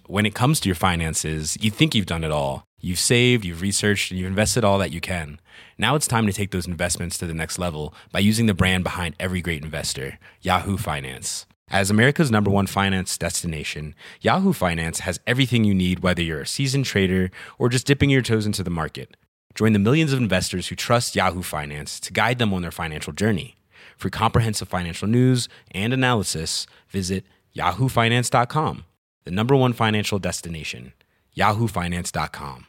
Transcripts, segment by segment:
when it comes to your finances, you think you've done it all. You've saved, you've researched, and you've invested all that you can. Now it's time to take those investments to the next level by using the brand behind every great investor, Yahoo Finance. As America's #1 finance destination, Yahoo Finance has everything you need, whether you're a seasoned trader or just dipping your toes into the market. Join the millions of investors who trust Yahoo Finance to guide them on their financial journey. For comprehensive financial news and analysis, visit yahoofinance.com, the #1 financial destination, yahoofinance.com.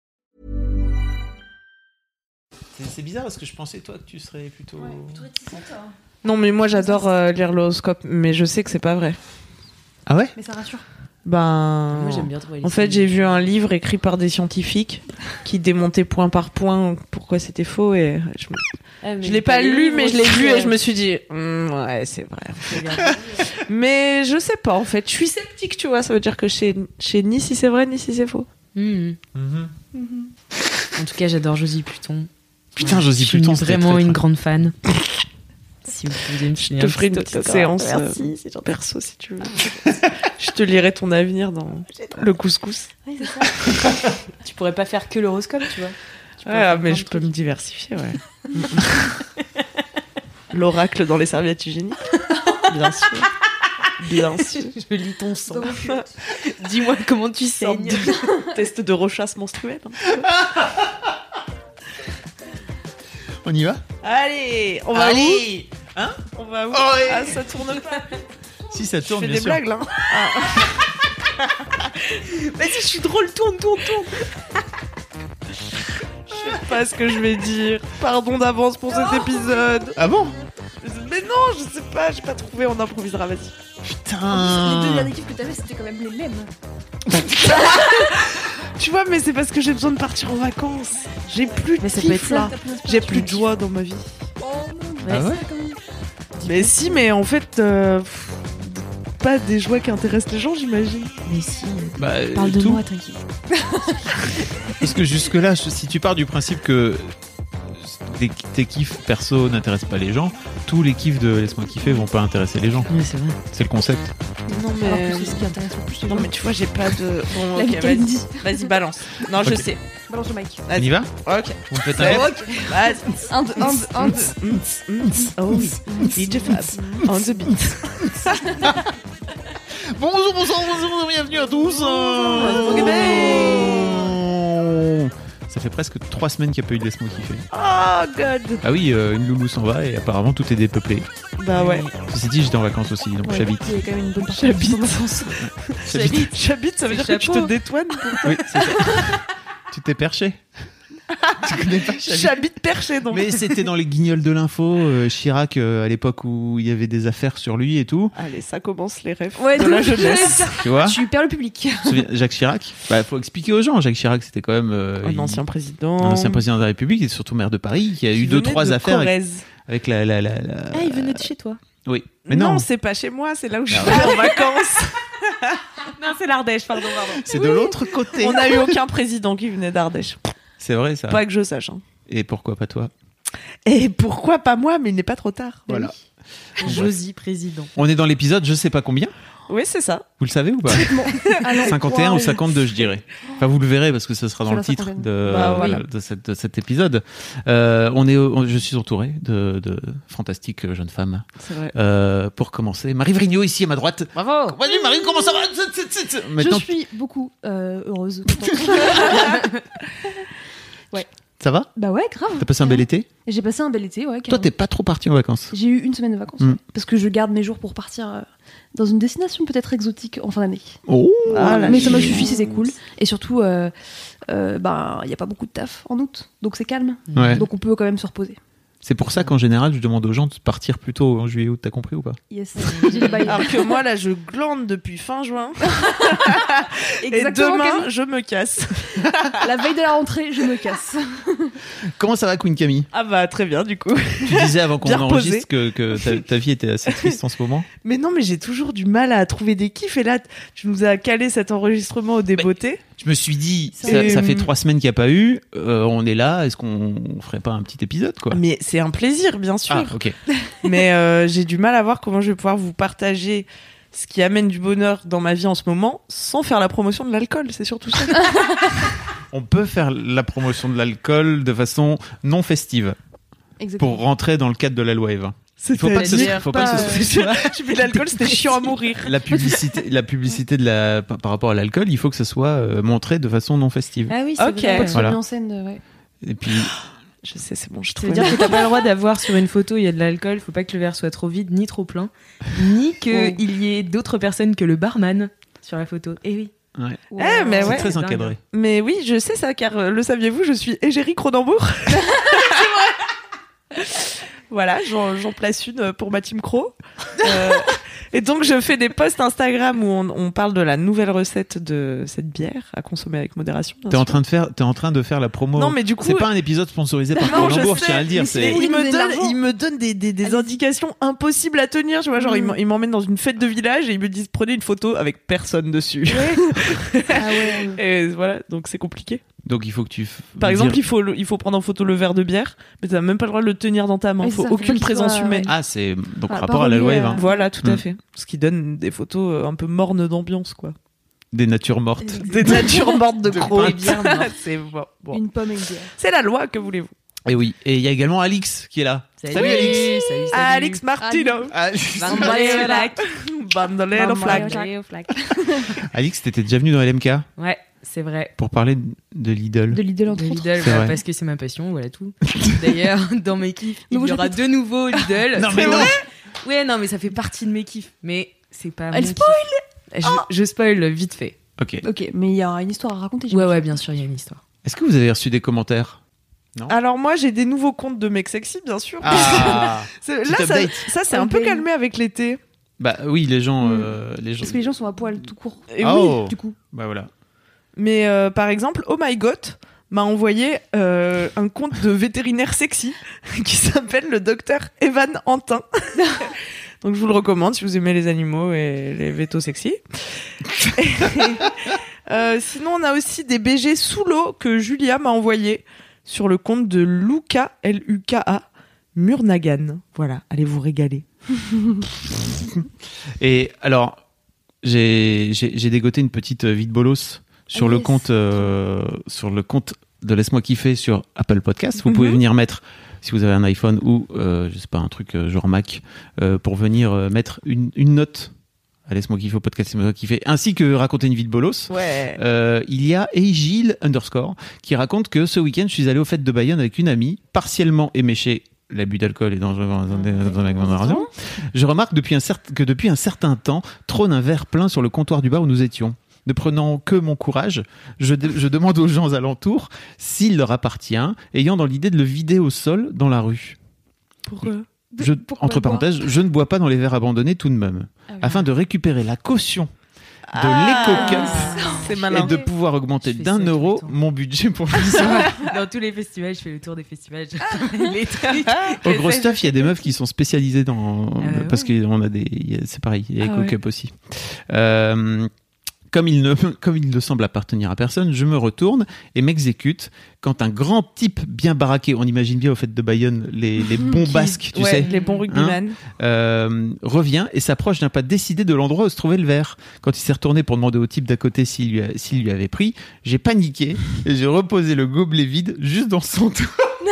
C'est bizarre parce que je pensais, toi, que tu serais plutôt... Non, mais moi, j'adore lire l'horoscope, mais je sais que c'est pas vrai. Ah ouais ? Mais ça rassure. Moi, j'aime bien trouver les en fait, signes. j'ai vu un livre écrit par des scientifiques qui démontaient point par point pourquoi c'était faux et je l'ai pas lu, mais je l'ai vu et je me suis dit ouais, c'est vrai. Mais je sais pas, en fait, je suis sceptique, tu vois. Ça veut dire que je sais ni si c'est vrai ni si c'est faux. En tout cas, j'adore Josie Pluton. Putain, Josie Pluton, je suis vraiment une grande fan. Si vous pouviez me Je finir te ferai une petite séance Merci, perso si tu veux. Je te lirai ton avenir dans le couscous. Ouais, c'est ça. Tu pourrais pas faire que l'horoscope, tu vois. Ouais, mais je peux me diversifier, ouais. L'oracle dans les serviettes hygiéniques. Bien sûr. Bien sûr. Je lis ton sang. Dis-moi comment tu saignes. Test de rechasse menstruelle. On y va ? Allez, on va Allez où ? Hein ? On va où ? Oh, ouais. Ah, ça tourne pas. Si ça tourne, Je fais bien des sûr. blagues, là. Vas-y, je suis drôle, tourne. Je sais pas ce que je vais dire. Pardon d'avance pour cet épisode. Ah bon ? Mais non, je sais pas, j'ai pas trouvé, on improvisera, vas-y. Putain. Les deux derniers kiffs que t'avais, c'était quand même les mêmes. Tu vois, mais c'est parce que j'ai besoin de partir en vacances. J'ai plus de Mais ça peut être kiff, ça. là. J'ai plus de joie dans ma vie. Ah ouais ? Mais si, mais en fait, pas des joies qui intéressent les gens, j'imagine. Mais si. Bah, Parle de tout. moi, tranquille. Parce que jusque-là, si tu pars du principe que tes kiffs perso n'intéressent pas les gens, tous les kiffs de Laisse-moi kiffer vont pas intéresser les gens. Ouais, c'est vrai. C'est le concept. Non, Alors que c'est ce qui intéresse le plus. les Non, gens. mais tu vois, j'ai pas de. Bon, La ok, vie qu'elle vas-y. dit. Vas-y, balance. Non, je Ok. sais. Balance le mic. On y va ? Ok. On fait un rap ? Vas-y. Un, deux. Oh oui. DJ Fab. On the beat. Bonjour, bienvenue à tous. Ça fait presque 3 semaines qu'il n'y a pas eu de Laisse-moi kiffer. Oh god. Ah oui, une loulou s'en va et apparemment tout est dépeuplé. Bah ouais. Ceci dit, j'étais en vacances aussi, donc j'habite. Il y a quand même une bonne partie J'habite. de ton enfance. J'habite, ça veut dire que tu te Chapeau. détoines. Oui, c'est ça. Tu t'es perché. Tu connais pas Chabit ? J'habite perché donc. Mais c'était dans les guignols de l'info, Chirac, à l'époque où il y avait des affaires sur lui et tout. Allez, ça commence les rêves Ouais, de la jeunesse. Tu vois ? Tu perds le public. Tu te souviens, Jacques Chirac ? Bah, faut expliquer aux gens. Jacques Chirac, c'était quand même Un ancien président. un ancien président de la République et surtout maire de Paris, qui a eu 2-3 affaires avec la. Ah, il venait de chez toi. Oui. Mais non, non, c'est pas chez moi, c'est là où je Ah suis allée en vacances. Non, c'est l'Ardèche, pardon. c'est de l'autre côté. On n'a eu aucun président qui venait d'Ardèche. C'est vrai ça. Pas que je sache. Hein. Et pourquoi pas toi ? Et pourquoi pas moi, mais il n'est pas trop tard. Voilà. Josie, président. On est dans l'épisode je sais pas combien. Oui, c'est ça. Vous le savez ou pas ? Alors, 51 ou 52, je dirais. Enfin, vous le verrez parce que ce sera dans C'est le la titre cinquantaine. de, Bah, voilà, oui. de cet épisode. Je suis entouré de fantastiques jeunes femmes. C'est vrai. Pour commencer, Marie Vrigno ici à ma droite. Bravo. Vas-y Marie, comment ça va ? Maintenant, Je suis beaucoup heureuse. ça va ? Bah ouais, grave. T'as passé un bel été ? J'ai passé un bel été, ouais. Toi, carrément. t'es pas trop parti en vacances. J'ai eu une semaine de vacances. Mm. Parce que je garde mes jours pour partir dans une destination peut-être exotique en fin d'année. Oh Ah, la Mais ça m'a chance. suffi, c'était cool. Et surtout, il n'y a pas beaucoup de taf en août. Donc c'est calme. Ouais. Donc on peut quand même se reposer. C'est pour ça qu'en général, je demande aux gens de partir plus tôt en juillet août. T'as compris ou pas ? Yes. J'ai les bails. Alors que moi, là, je glande depuis fin juin. Et Exactement, demain, Camille. je me casse. La veille de la rentrée, je me casse. Comment ça va, Queen Camille ? Ah bah, très bien, du coup. Tu disais avant qu'on Bien enregistre que ta vie était assez triste en ce moment. Mais non, mais j'ai toujours du mal à trouver des kiffs. Et là, tu nous as calé cet enregistrement au débeauté. Je me suis dit, ça Et- fait 3 semaines qu'il n'y a pas eu. On est là. Est-ce qu'on ferait pas un petit épisode, quoi ? Mais c'est un plaisir, bien sûr. Ah, ok. Mais j'ai du mal à voir comment je vais pouvoir vous partager ce qui amène du bonheur dans ma vie en ce moment, sans faire la promotion de l'alcool. C'est surtout ça. On peut faire la promotion de l'alcool de façon non festive Exactement. pour rentrer dans le cadre de la loi Eva. Il faut pas que ce soit Tu fais de l'alcool, c'était chiant à mourir. la publicité par rapport à l'alcool, il faut que ce soit montré de façon non festive. Ah oui, c'est Ok. vrai, pas que ce soit Voilà. mis en scène. Ouais. Et puis Je sais, c'est bon, je Ça trouve. veut dire que t'as pas le droit d'avoir sur une photo, il y a de l'alcool, faut pas que le verre soit trop vide ni trop plein, ni qu'il y ait d'autres personnes que le barman sur la photo. Et oui. ouais. Eh, mais C'est ouais. très C'est encadré. Mais oui, je sais ça, car le saviez-vous, je suis Égérie Cronenbourg. Voilà, j'en place une pour ma team Cro. Et donc, je fais des posts Instagram où on parle de la nouvelle recette de cette bière à consommer avec modération. bien T'es en sûr. train de faire la promo. Non, mais du coup. C'est pas un épisode sponsorisé par Non, je Cronenbourg, je sais, tiens à le dire. mais C'est... Oui, mais de l'argent. Il me donne des indications impossibles à tenir. Tu vois, genre, il m'emmène dans une fête de village et ils me disent prenez une photo avec personne dessus. Ah ouais. Et voilà, donc c'est compliqué. Donc il faut que tu. Par exemple, il faut prendre en photo le verre de bière, mais t'as même pas le droit de le tenir dans ta main. Oui, Il faut ça, faut aucune pas qu'il présence soit, humaine. Ah, c'est donc Ah, rapport pas à la relié, loi Eva. Voilà, tout à Mm. fait. Ce qui donne des photos un peu mornes d'ambiance, quoi. Des natures mortes. Des natures mortes de crocs. pinte. Bien, c'est bon. Une pomme et une bière. C'est la loi, que voulez-vous. Et oui. Et il y a également Alix qui est là. Salut Alix. Salut. Alex Martino. Bandolero flag. Alix, t'étais déjà venu dans LMK Ouais, c'est vrai. pour parler de Lidl. De Lidl De entre autres. Lidl, C'est vrai. parce que c'est ma passion, voilà tout. D'ailleurs, dans mes kiffs, il Nouveau y aura chapitre. de nouveaux Lidl. Non, mais non. Ouais, non, mais ça fait partie de mes kiffs. Mais c'est pas. Elle mon spoil kiff. Je spoil vite fait. Ok. Ok, mais il y a une histoire à raconter. Ouais, bien sûr, il y a une histoire. Est-ce que vous avez reçu des commentaires? Alors moi, j'ai des nouveaux comptes de mecs sexy, bien sûr. Ah. Là, Petit ça update. c'est un peu Update. calmé avec l'été. Bah oui, les gens. Parce que les gens sont à poil tout court. Et Oh. oui. Du coup. Bah voilà. Mais par exemple, Oh My God m'a envoyé un compte de vétérinaire sexy qui s'appelle le docteur Evan Antin. Donc je vous le recommande si vous aimez les animaux et les vétos sexy. Sinon, on a aussi des BG sous l'eau que Julia m'a envoyé sur le compte de Luka, Luka Murnagan. Voilà, allez vous régaler. Et alors, j'ai dégoté une petite vie de bolos sur le compte de Laisse-moi kiffer sur Apple Podcast. Vous pouvez venir mettre, si vous avez un iPhone ou je sais pas, un truc genre Mac, pour venir mettre une note à Laisse-moi kiffer au podcast Laisse-moi kiffer, ainsi que raconter une vie de bolos. Ouais. Il y a Egil _, qui raconte que ce week-end, je suis allé aux fêtes de Bayonne avec une amie, partiellement éméchée. L'abus d'alcool est dangereux dans la conversation. Je remarque que depuis un certain temps trône un verre plein sur le comptoir du bar où nous étions. Ne prenant que mon courage, je demande aux gens alentours s'il leur appartient, ayant dans l'idée de le vider au sol dans la rue. Pourquoi Pourquoi Entre boire parenthèses, je ne bois pas dans les verres abandonnés tout de même. Ah oui. Afin de récupérer la caution de l'éco-cup C'est et malin. de pouvoir augmenter Je fais ça d'1 tous les euro temps. mon budget pour le soir. Dans tous les festivals, je fais le tour des festivals. Les trucs. Au gros stuff, il y a des meufs qui sont spécialisées dans ouais. parce qu'on a c'est pareil, il y a Ah EcoCup aussi. Comme il ne semble appartenir à personne, je me retourne et m'exécute quand un grand type bien baraqué, on imagine bien au fait de Bayonne les bons basques, tu Ouais, sais, les bons rugbyman. revient et s'approche d'un pas décidé de l'endroit où se trouvait le verre. Quand il s'est retourné pour demander au type d'à côté s'il lui avait pris, j'ai paniqué et j'ai reposé le gobelet vide juste dans son dos.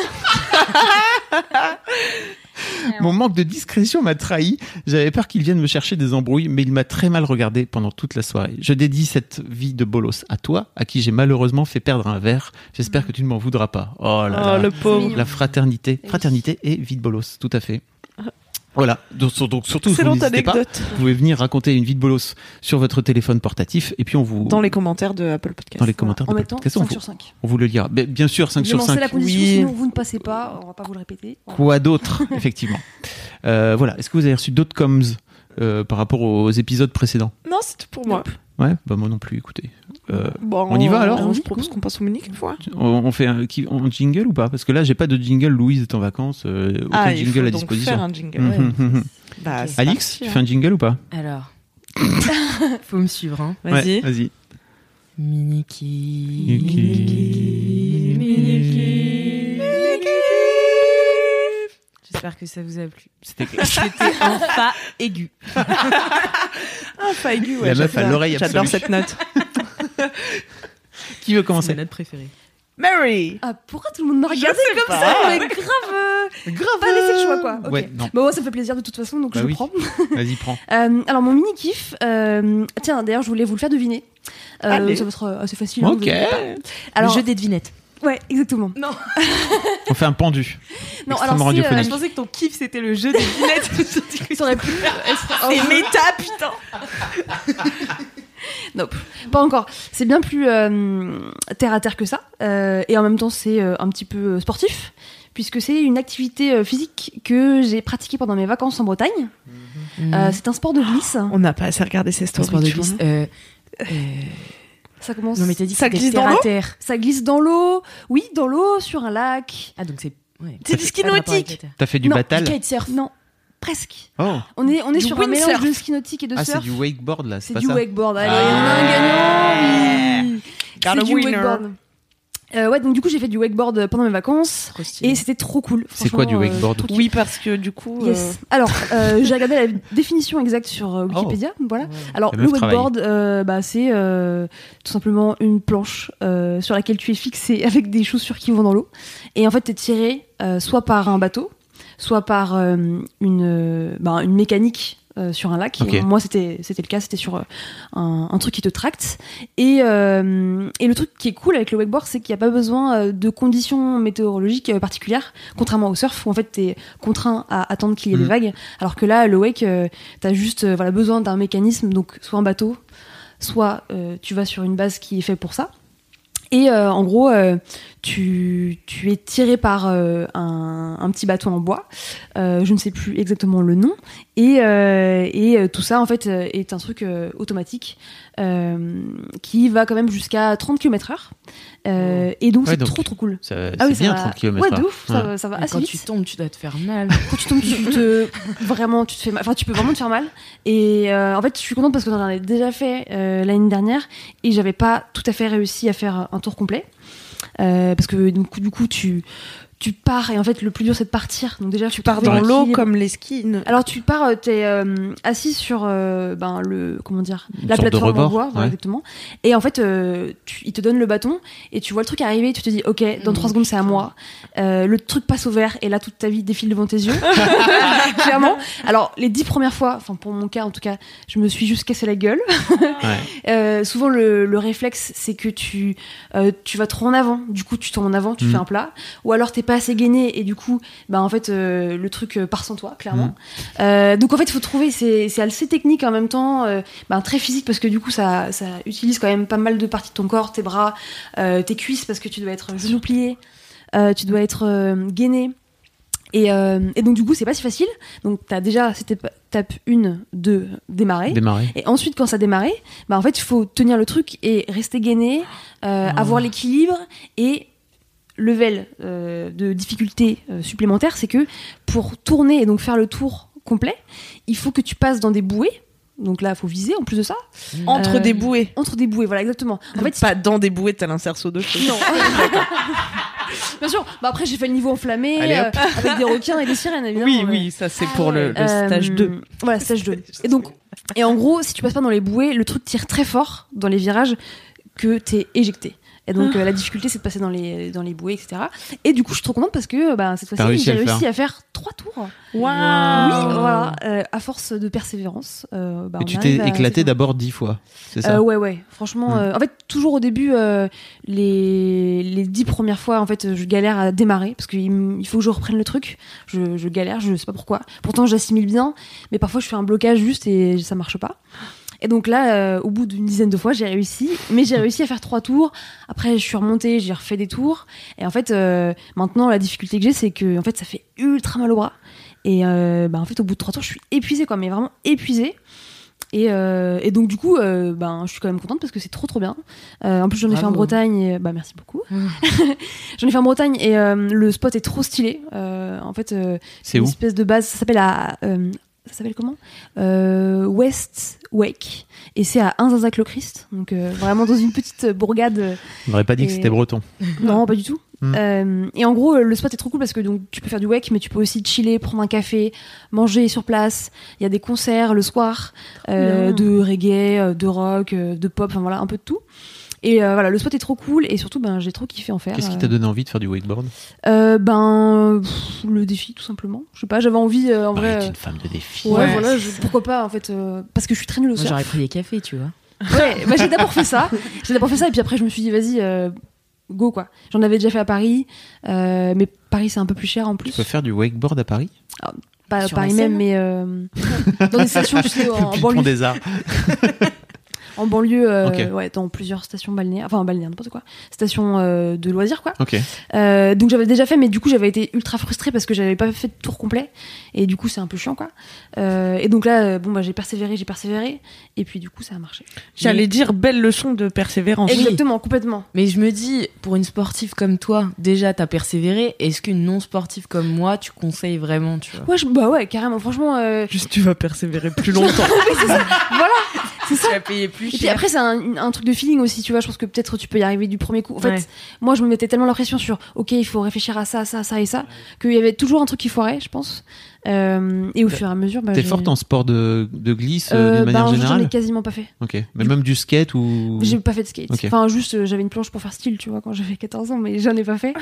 Mon manque de discrétion m'a trahi. J'avais peur qu'il vienne me chercher des embrouilles, mais il m'a très mal regardé pendant toute la soirée. Je dédie cette vie de bolos à toi, à qui j'ai malheureusement fait perdre un verre. J'espère que tu ne m'en voudras pas. Oh là là. Oh, le pauvre. La fraternité. Fraternité et vie de bolos, tout à fait. Voilà, donc surtout, vous Excellente n'hésitez pas. anecdote. Vous pouvez venir raconter une vie de bolos sur votre téléphone portatif et puis on vous... Dans les commentaires de Apple Podcast. Dans les commentaires En de mettant podcast, 5 sur 5. on vous le lira. Mais bien sûr, 5 sur Évidemment, 5. c'est la condition, Oui. sinon vous ne passez pas. On va pas vous le répéter. Quoi d'autre, effectivement. Voilà. Est-ce que vous avez reçu d'autres coms par rapport aux épides précédents? Non, c'est tout pour moi. Ouais, bah moi non plus, écoutez. Bon, on y va, alors Je propose qu'on passe au Munich une fois. On fait un jingle ou pas? Parce que là, j'ai pas de jingle. Louise est en vacances. Aucun Il jingle faut à donc disposition. faire un jingle. Bah, c'est Alix, parti, tu hein. fais un jingle ou pas? Alors, faut me suivre, hein. Vas-y. Ouais, vas-y. Miniki. Je sais J'espère que ça vous a plu. C'était C'était un fa aigu. Un fa aigu, ouais. La meuf à l'oreille absolue. J'adore cette note. Qui veut C'est commencer? ma note préférée. Mary. Ah, pourquoi tout le monde me regarde comme ça? Mais grave, pas laisser le choix, quoi. Ok. Ouais, non. Bon, ça me fait plaisir de toute façon, donc Bah je oui. prends. Vas-y, prends. Alors, mon mini-kiff, tiens, d'ailleurs, je voulais vous le faire deviner. Allez. Ça va être assez facile. hein, Ok. vous inquiétez pas. Alors, Alors, le jeu des devinettes. ouais, exactement. Non, On fait un pendu. Non, Extrêmement alors, radiophonique. je pensais que ton kiff c'était le jeu des devinettes. Ça aurait pu. C'est méta, putain. Nope, pas encore. C'est bien plus terre à terre que ça. Et en même temps, c'est un petit peu sportif, puisque c'est une activité physique que j'ai pratiquée pendant mes vacances en Bretagne. C'est un sport de glisse. On n'a pas assez regardé ces stories. Sport de tu glisse. vois. Ça commence. Non mais t'as dit que Ça c'était glisse terre dans à l'eau terre. Ça glisse dans l'eau. Oui, dans l'eau, sur un lac. Ah donc c'est. Ouais. C'est du ski Pas de rapport avec nautique. la terre. T'as fait du Non, batal? kitesurf. Non, presque. Oh. On est Du sur un mélange windsurf. de ski nautique et de Ah, c'est surf. du wakeboard là, c'est C'est pas du ça? wakeboard. Allez, Ah. on a un gagnant. Oui. Got C'est a du winner. wakeboard. Ouais, donc du coup, j'ai fait du wakeboard pendant mes vacances. Trop stylé. Et c'était trop cool. C'est quoi du Franchement, wakeboard? trop kiff. Oui, parce que du coup. Yes. Alors, j'ai regardé la définition exacte sur Wikipédia. Voilà. Alors, La le meuf wakeboard, c'est tout simplement une planche sur laquelle tu es fixé avec des chaussures qui vont dans l'eau. Et en fait, tu es tiré soit par un bateau, soit par une mécanique sur un lac. Ok. Et moi, c'était le cas, c'était sur un truc qui te tracte. Et le truc qui est cool avec le wakeboard, c'est qu'il n'y a pas besoin de conditions météorologiques particulières, contrairement au surf où en fait t'es contraint à attendre qu'il y ait des vagues, alors que là, le wake, t'as juste besoin d'un mécanisme, donc soit un bateau, soit tu vas sur une base qui est faite pour ça. Et en gros, tu es tiré par un petit bateau en bois, je ne sais plus exactement le nom, et tout ça en fait est un truc automatique qui va quand même jusqu'à 30 km/h. Et donc Ouais, c'est donc, trop cool. C'est Ah oui, bien ça va- 30 km. Ouais, de ouf, ça va Et assez quand vite. tu tombes, tu dois te faire mal. Quand tu tombes, tu te fais mal. Enfin, tu peux vraiment te faire mal. Et en fait, je suis contente parce que j'en ai déjà fait l'année dernière et j'avais pas tout à fait réussi à faire un tour complet. Parce que du coup, tu pars et en fait, le plus dur c'est de partir. Donc déjà, Tu pars dans l'eau comme les skis. Alors tu pars, t'es assis sur la Une plateforme sorte de rebord, en bois, voilà, ouais. exactement. Et en fait, il te donne le bâton et tu vois le truc arriver. Et tu te dis, ok, dans 3 secondes c'est à moi. Le truc passe au vert et là toute ta vie défile devant tes yeux, clairement. Alors les 10 premières fois, enfin pour mon cas en tout cas, je me suis juste cassé la gueule. Ouais. Souvent le réflexe c'est que tu vas trop en avant. Du coup tu tombes en avant, tu fais un plat, ou alors t'es pas assez gainé et du coup en fait le truc part sans toi clairement. Donc en fait il faut trouver, c'est assez technique en même temps, très physique parce que du coup ça utilise quand même pas mal de parties de ton corps, tes bras, tes cuisses parce que tu dois être genoux pliés, tu dois être gainé. Et donc du coup c'est pas si facile. Donc t'as déjà cette étape 1 de démarrer. Et ensuite quand ça a démarré, en fait il faut tenir le truc et rester gainé, avoir l'équilibre. Et level de difficulté supplémentaire, c'est que pour tourner et donc faire le tour complet, il faut que tu passes dans des bouées. Donc là, il faut viser en plus de ça. Entre des bouées. Entre des bouées, voilà, exactement. En fait, Pas dans des bouées, t'as l'inserceau de cheveux. non. Bien sûr. Après, j'ai fait le niveau enflammé avec des requins et des sirènes, évidemment. Oui, ça c'est pour le stage 2. Voilà, stage 2. Et en gros, si tu passes pas dans les bouées, le truc tire très fort dans les virages que t'es éjecté. Et donc la difficulté c'est de passer dans les bouées, etc. Et du coup je suis trop contente parce que cette fois-ci j'ai réussi à faire 3 tours. Waouh. Oui, voilà, à force de persévérance. Et tu t'es éclaté d'abord 10 fois, c'est ça? Ouais. Franchement, en fait toujours au début, les 10 premières fois en fait je galère à démarrer parce qu'il faut que je reprenne le truc. Je galère, je sais pas pourquoi. Pourtant j'assimile bien, mais parfois je fais un blocage juste et ça marche pas. Et donc là, au bout d'une dizaine de fois, j'ai réussi. Mais j'ai réussi à faire 3 tours. Après, je suis remontée, j'ai refait des tours. Et en fait, maintenant, la difficulté que j'ai, c'est que en fait, ça fait ultra mal au bras. Et en fait, au bout de 3 tours, je suis épuisée, quoi. Mais vraiment épuisée. Et donc, du coup, je suis quand même contente parce que c'est trop bien. En plus, j'en ai fait en Bretagne. Et, merci beaucoup. J'en ai fait en Bretagne et le spot est trop stylé. En fait, c'est une où? espèce de base. Ça s'appelle ça s'appelle comment West Wake, et c'est à Inzazac-le-Christ, donc vraiment dans une petite bourgade. On n'aurait pas dit que c'était breton. Non, pas du tout. Et en gros, le spot est trop cool parce que donc tu peux faire du wake, mais tu peux aussi chiller, prendre un café, manger sur place. Il y a des concerts le soir, de reggae, de rock, de pop, enfin voilà, un peu de tout. Et voilà, le spot est trop cool et surtout, j'ai trop kiffé en faire. Qu'est-ce qui t'a donné envie de faire du wakeboard ? Le défi, tout simplement. Je sais pas, j'avais envie en vrai. T'es une femme de défi. Ouais, voilà, pourquoi pas en fait, parce que je suis très nulle au surf. J'aurais pris des cafés, tu vois. Ouais, j'ai d'abord fait ça. Et puis après je me suis dit vas-y. Go quoi. J'en avais déjà fait à Paris, mais Paris c'est un peu plus cher en plus. Tu peux faire du wakeboard à Paris ? Pas à Sur Paris la même, mais dans des stations, tu sais, en Depuis le Pont banlieue. des Arts. En banlieue, Ok. ouais, dans plusieurs stations balnéaires, enfin balnéaires, n'importe quoi, stations de loisirs quoi. Ok. Donc j'avais déjà fait, mais du coup j'avais été ultra frustrée parce que j'avais pas fait de tour complet, et du coup c'est un peu chiant quoi. Et donc là, j'ai persévéré, et puis du coup ça a marché. J'allais dire belle leçon de persévérance. Exactement, complètement. Mais je me dis, pour une sportive comme toi, déjà t'as persévéré. Est-ce qu'une non sportive comme moi, tu conseilles vraiment, tu vois ? Ouais, ouais, carrément. Franchement. Juste tu vas persévérer plus longtemps. Oui, c'est ça. Voilà. C'est ça. Tu vas payer plus cher. Et puis après, c'est un truc de feeling aussi, tu vois. Je pense que peut-être tu peux y arriver du premier coup. En fait, Ouais. moi, je me mettais tellement la pression sur, ok, il faut réfléchir à ça, ça, ça et ça, qu'il y avait toujours un truc qui foirait, je pense. Et au fur et à mesure, T'es forte en sport de glisse d'une manière J'en ai générale ? quasiment pas fait. Ok. Mais même du skate ou. J'ai pas fait de skate. Ok. Enfin, juste, j'avais une planche pour faire style, tu vois, quand j'avais 14 ans, mais j'en ai pas fait.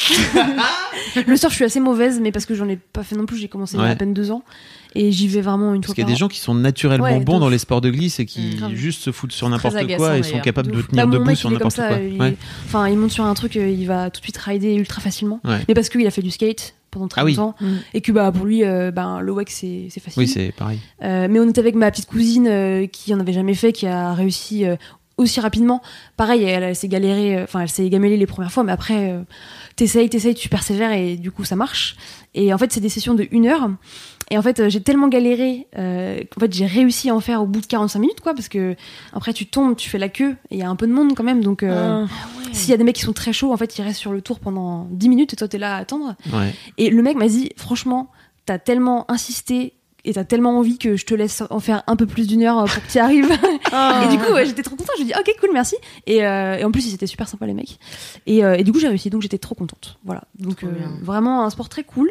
Le surf, je suis assez mauvaise, mais parce que j'en ai pas fait non plus. J'ai commencé il y a à peine 2 ans. Et j'y vais vraiment une fois Parce qu'il y par a des an. gens qui sont naturellement Ouais, bons de dans ouf. les sports de glisse et qui Grave. juste se foutent sur Très n'importe agaçant, quoi et sont d'ailleurs. capables de Bah, tenir mon debout mec, sur il est comme n'importe ça. quoi. Ouais. Enfin, il monte sur un truc, il va tout de suite rider ultra facilement. Ouais. Mais parce qu'il a fait du skate pendant très Ah oui. longtemps. Et que pour lui, le wake, c'est facile. Oui, c'est pareil. Mais on était avec ma petite cousine qui en avait jamais fait, qui a réussi aussi rapidement. Pareil, elle s'est galérée, elle s'est gamellée les premières fois, mais après, t'essayes, tu persévères et du coup, ça marche. Et en fait, c'est des sessions de 1 heure. Et en fait, j'ai tellement galéré qu'en fait, j'ai réussi à en faire au bout de 45 minutes, quoi, parce que après, tu tombes, tu fais la queue, et il y a un peu de monde quand même, donc s'il y a des mecs qui sont très chauds, en fait, ils restent sur le tour pendant 10 minutes et toi, t'es là à attendre. Ouais. Et le mec m'a dit, franchement, t'as tellement insisté et t'as tellement envie que je te laisse en faire un peu plus d'1 heure pour que tu y arrives. Et du coup, j'étais trop contente. Je lui ai dit, ok, cool, merci. Et en plus, ils étaient super sympas, les mecs. Et du coup, j'ai réussi. Donc, j'étais trop contente. Voilà. Donc, Trop bien. vraiment un sport très cool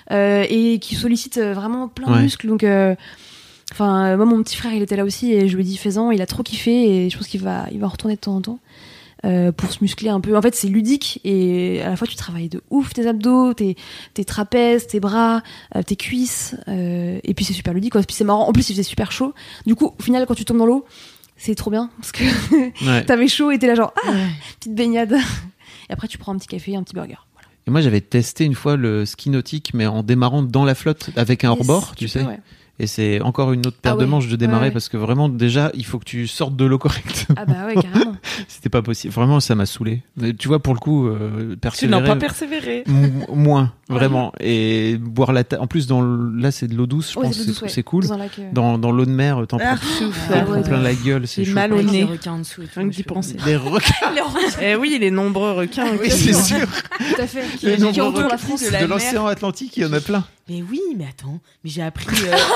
et qui sollicite vraiment plein de Ouais. muscles. Donc, moi, mon petit frère, il était là aussi et je lui ai dit, fais-en. Il a trop kiffé et je pense qu'il va en retourner de temps en temps. Pour se muscler un peu. En fait, c'est ludique et à la fois tu travailles de ouf tes abdos, tes trapèzes, tes bras, tes cuisses. Et puis c'est super ludique. Quoi. Puis c'est marrant. En plus, il faisait super chaud. Du coup, au final, quand tu tombes dans l'eau, c'est trop bien parce que Ouais. t'avais chaud et t'es là genre petite baignade. Et après, tu prends un petit café, un petit burger. Voilà. Et moi, j'avais testé une fois le ski nautique, mais en démarrant dans la flotte avec un Yes, hors-bord, tu sais. peux, ouais. Et c'est encore une autre paire Ah de ouais. manches de démarrer Ouais. parce que vraiment, déjà, il faut que tu sortes de l'eau correctement. Ah bah ouais, carrément. C'était pas possible. Vraiment, ça m'a saoulé. Mais tu vois, pour le coup, Tu persévérer. n'as pas persévéré. Moins, vraiment. Et boire en plus, là, c'est de l'eau douce, je Ouais, pense c'est que de douce, ouais. c'est cool. Dans un lac, Dans l'eau de mer, t'en prends Ah, t'en ouais, prends plein la gueule, c'est J'ai chaud. mal au Avec les nez. requins en dessous et tout, Rien que moi, d'y je peux penser. Des requins, Eh oui, les nombreux requins. oui, c'est sûr. Tout à fait. Les Qui nombreux entourent la requins France. de la de mer. l'océan Atlantique, il y en a plein. Mais oui, mais attends, mais j'ai appris,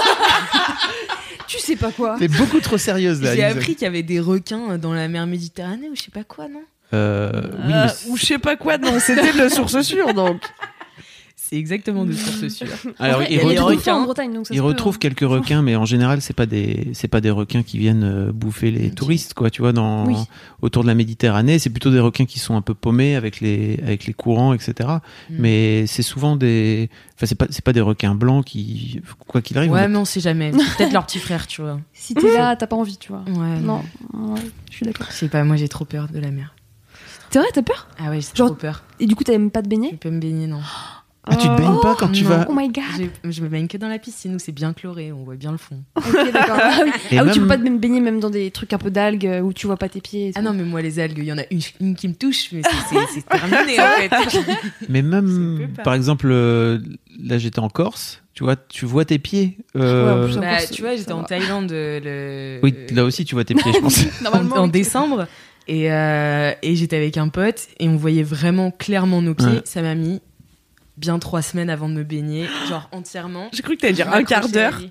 Tu sais pas quoi. T'es beaucoup trop sérieuse là. j'ai Lisa. appris qu'il y avait des requins dans la mer Méditerranée ou je sais pas quoi, non ? Oui, mais Ou je sais pas quoi, non, c'était de source sûre donc. C'est exactement de source sûre. alors Après, ils il y a des retrouvent, requins en Bretagne, donc ça ils se peut, retrouvent hein. quelques requins, mais en général, c'est pas des requins qui viennent bouffer les touristes, quoi. Tu vois, Oui. autour de la Méditerranée, c'est plutôt des requins qui sont un peu paumés avec les courants, etc. Mais c'est souvent c'est pas des requins blancs qui, quoi qu'il arrive. Ouais, mais on sait jamais. C'est peut-être leur petit frère, tu vois. Si t'es là, t'as pas envie, tu vois. Ouais. Non, ouais, je suis d'accord. Je sais pas, moi j'ai trop peur de la mer. C'est vrai, t'as peur? Ah ouais, j'ai Genre- trop peur. Et du coup, t'aimes pas te Je baigner? peux me baigner, non. Ah, tu te baignes pas quand tu non. vas. Oh my god. Je me baigne que dans la piscine où c'est bien chloré, on voit bien le fond. Ok, d'accord. Ah oui, Et ah oui, tu même- peux pas te baigner même dans des trucs un peu d'algues où tu vois pas tes pieds. et Ah tout. non, mais moi les algues, il y en a une qui me touche, mais c'est terminé en fait. Mais même, C'est peu pas. par exemple, là j'étais en Corse, tu vois tes pieds. Ouais, en plus, Bah, Corse, tu vois, j'étais ça en va. Thaïlande Oui, là aussi tu vois tes pieds, je pense. en décembre et j'étais avec un pote et on voyait vraiment clairement nos pieds. Ouais. Ça m'a mis bien 3 semaines avant de me baigner, genre entièrement. J'ai cru que t'allais dire un quart d'heure.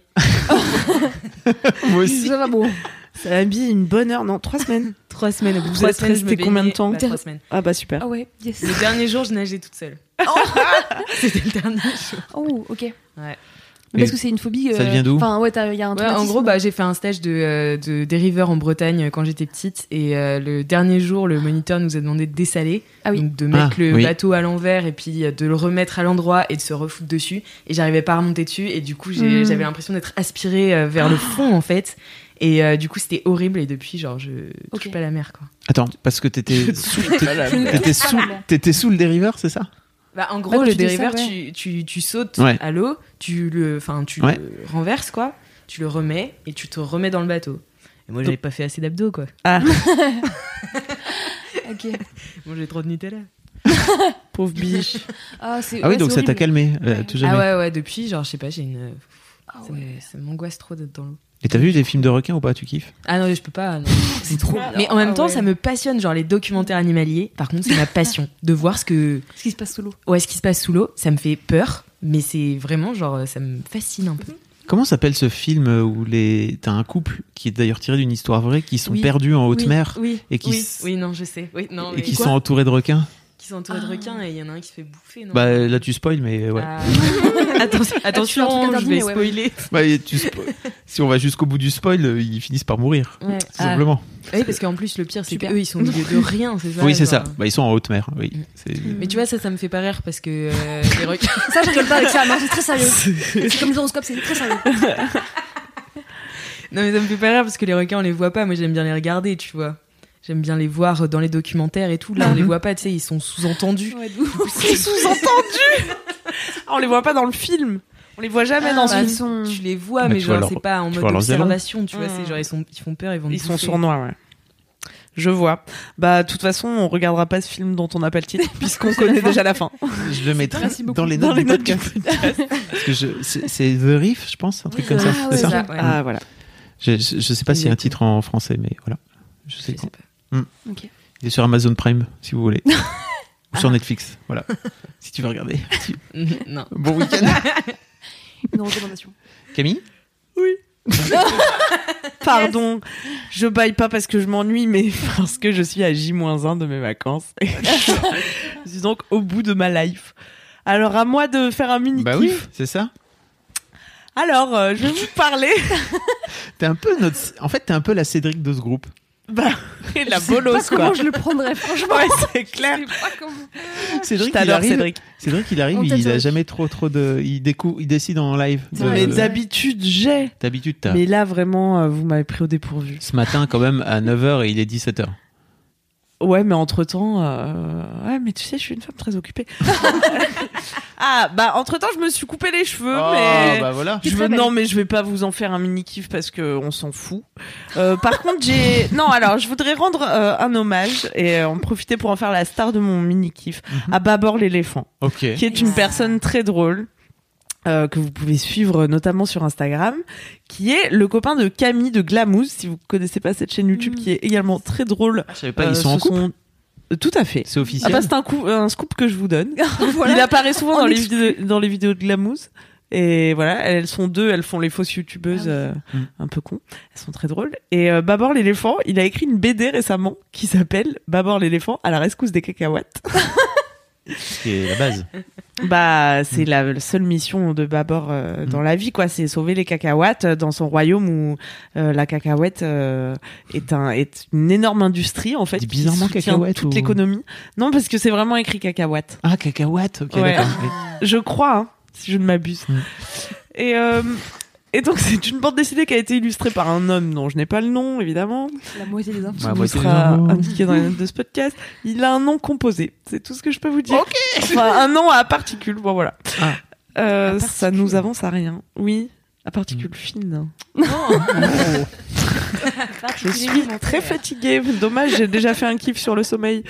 Moi aussi. Ça va bon. Ça a mis une bonne heure, non, 3 semaines. 3 semaines. Au bout de Vous 3 êtes semaines, je me resté combien de baignais. temps 3 semaines. Ah bah super. Ah ouais, yes. Le dernier jour, je nageais toute seule. C'était le dernier jour. Oh, ok. Ouais. Mais parce que c'est une phobie. Ça vient d'où? Enfin, ouais, il y a un Ouais, traumatisme. en gros, j'ai fait un stage de dériveur en Bretagne quand j'étais petite. Et le dernier jour, le moniteur nous a demandé de dessaler. Ah oui. Donc de mettre le oui. bateau à l'envers et puis de le remettre à l'endroit et de se refoutre dessus. Et j'arrivais pas à remonter dessus. Et du coup, j'avais l'impression d'être aspirée vers le fond, en fait. Et du coup, c'était horrible. Et depuis, genre, je touche pas la mer, quoi. Attends, parce que t'étais sous le dériveur, c'est ça? Bah, en Bah, gros, quand le tu dis dériveur, ça, tu sautes Ouais. à l'eau, tu le renverses, quoi. Tu le remets et tu te remets dans le bateau. Et moi, j'avais pas fait assez d'abdos, quoi. Ah, Ok. Moi, j'ai trop de Nutella. pauvre biche. Ah, c'est, Ah oui, ouais, donc c'est ça t'a horrible. calmé, tout jamais. Ah ouais, depuis, genre, je sais pas, j'ai une. Ah Ça ouais. ça m'angoisse trop d'être dans l'eau. Et t'as vu des films de requins ou pas? Tu kiffes? Ah non, je peux pas. Non. C'est trop. Mais en même temps, ça me passionne, genre les documentaires animaliers. Par contre, c'est ma passion de voir ce qui se passe sous l'eau. Ça me fait peur, mais c'est vraiment genre, ça me fascine un peu. Comment s'appelle ce film où t'as un couple qui est d'ailleurs tiré d'une histoire vraie qui sont Oui. perdus en haute mer Oui. et qui Oui, non, je sais. Oui, non. et mais qui quoi sont entourés de requins? Qui sont entourés de requins et il y en a un qui se fait bouffer. Non. Bah là tu spoil, mais ouais. Ah. Tu fais un Attention, truc interdit, je vais mais ouais, spoiler. Bah, si on va jusqu'au bout du spoil, ils finissent par mourir, Ouais. tout simplement. Oui, parce qu'en plus, le pire, c'est Super. qu'eux, ils sont au milieu de rien, c'est ça. Oui, c'est genre. ça. Bah, ils sont en haute mer, oui. Mais tu vois, ça me fait pas rire parce que les requins. Ça, je rigole pas avec ça. Non, c'est très sérieux. C'est comme les horoscopes, c'est très sérieux. Non, mais ça me fait pas rire parce que les requins, on les voit pas. Moi, j'aime bien les regarder, tu vois. J'aime bien les voir dans les documentaires et tout. Là, on les voit pas, tu sais, ils sont sous-entendus. C'est sous-entendu. Ah, on les voit pas dans le film. On les voit jamais dans bah, ce film. Tu les vois, Bah, mais tu vois genre, leur- c'est pas en tu mode vois leurs ailerons. observation, tu vois. C'est genre, ils font peur, ils vont te Ils sont bouffer. sournois, ouais. Je vois. Bah, de toute façon, on regardera pas ce film dont on n'a pas le titre, puisqu'on connaît déjà la fin. Je le mettrai Merci beaucoup. dans les Dans notes les du notes du podcast. Parce que c'est The Reef, je pense, un truc comme ça. Ah, c'est ouais, ça. Ouais. Ah, voilà. Je sais pas s'il y a un titre en français, mais voilà. Je sais Je sais pas. pas. Ok. Il est sur Amazon Prime, si vous voulez. Ou sur Netflix, voilà. Si tu veux regarder. Non. Bon week-end. Une recommandation. Camille? Pardon, je baille pas parce que je m'ennuie, mais parce que je suis à J-1 de mes vacances. Je suis donc au bout de ma life. Alors, à moi de faire un mini-kiff. Bah oui, c'est ça. Alors, je vais vous parler. T'es un peu En fait, t'es un peu la Cédric de ce groupe. Bah, la Je sais bolos, pas quoi. comment je le prendrais, franchement. Ouais, c'est clair. Je sais pas comment. Cédric, Je t'adore, Cédric. Cédric, il arrive, On t'aime, il a Cédric. jamais trop de. Il décide en live. Mais d'habitude, j'ai. D'habitude, t'as. Mais là, vraiment, vous m'avez pris au dépourvu. Ce matin, quand même, à 9h et il est 17h. Ouais, mais entre-temps... Ouais, mais tu sais, je suis une femme très occupée. Ah, bah, entre-temps, je me suis coupé les cheveux, mais... bah voilà. C'est très belle. Non, mais je vais pas vous en faire un mini-kiff parce qu'on s'en fout. Par contre, Non, alors, je voudrais rendre un hommage et en profiter pour en faire la star de mon mini-kiff à Babor l'éléphant, Ok. qui est une personne très drôle. Que vous pouvez suivre notamment sur Instagram, qui est le copain de Camille de Glamouze, si vous connaissez pas cette chaîne YouTube, qui est également très drôle. Je savais pas, ils sont en ce couple. Tout à fait. C'est Ah officiel. bah c'est un scoop que je vous donne. Voilà. Il apparaît souvent En dans les, exclu. dans les vidéos de Glamouze. Et voilà, elles sont deux, elles font les fausses youtubeuses un peu cons. Elles sont très drôles. Et Babor l'éléphant, il a écrit une BD récemment qui s'appelle Babor l'éléphant à la rescousse des cacahuètes. C'est la base. Bah, c'est la seule mission de Babor dans la vie, quoi. C'est sauver les cacahuètes dans son royaume où la cacahuète est une énorme industrie, en fait. Dis qui bizarrement soutient cacahuète toute ou- l'économie. Non, parce que c'est vraiment écrit cacahuète. Ah, cacahuète. Ok, Ouais. d'accord. Oui. Je crois, hein, si je ne m'abuse. Et donc, c'est une bande dessinée qui a été illustrée par un homme dont je n'ai pas le nom, évidemment. La moitié des infos. Ouais, Qui moi, vous c'est sera les infos. indiqué dans les notes de ce podcast. Il a un nom composé. C'est tout ce que je peux vous dire. Enfin, un nom à particules. Bon, voilà. Ah. Ça nous avance à rien. Oui, à particules fines. Je suis très fatiguée. Dommage, j'ai déjà fait un kiff sur le sommeil.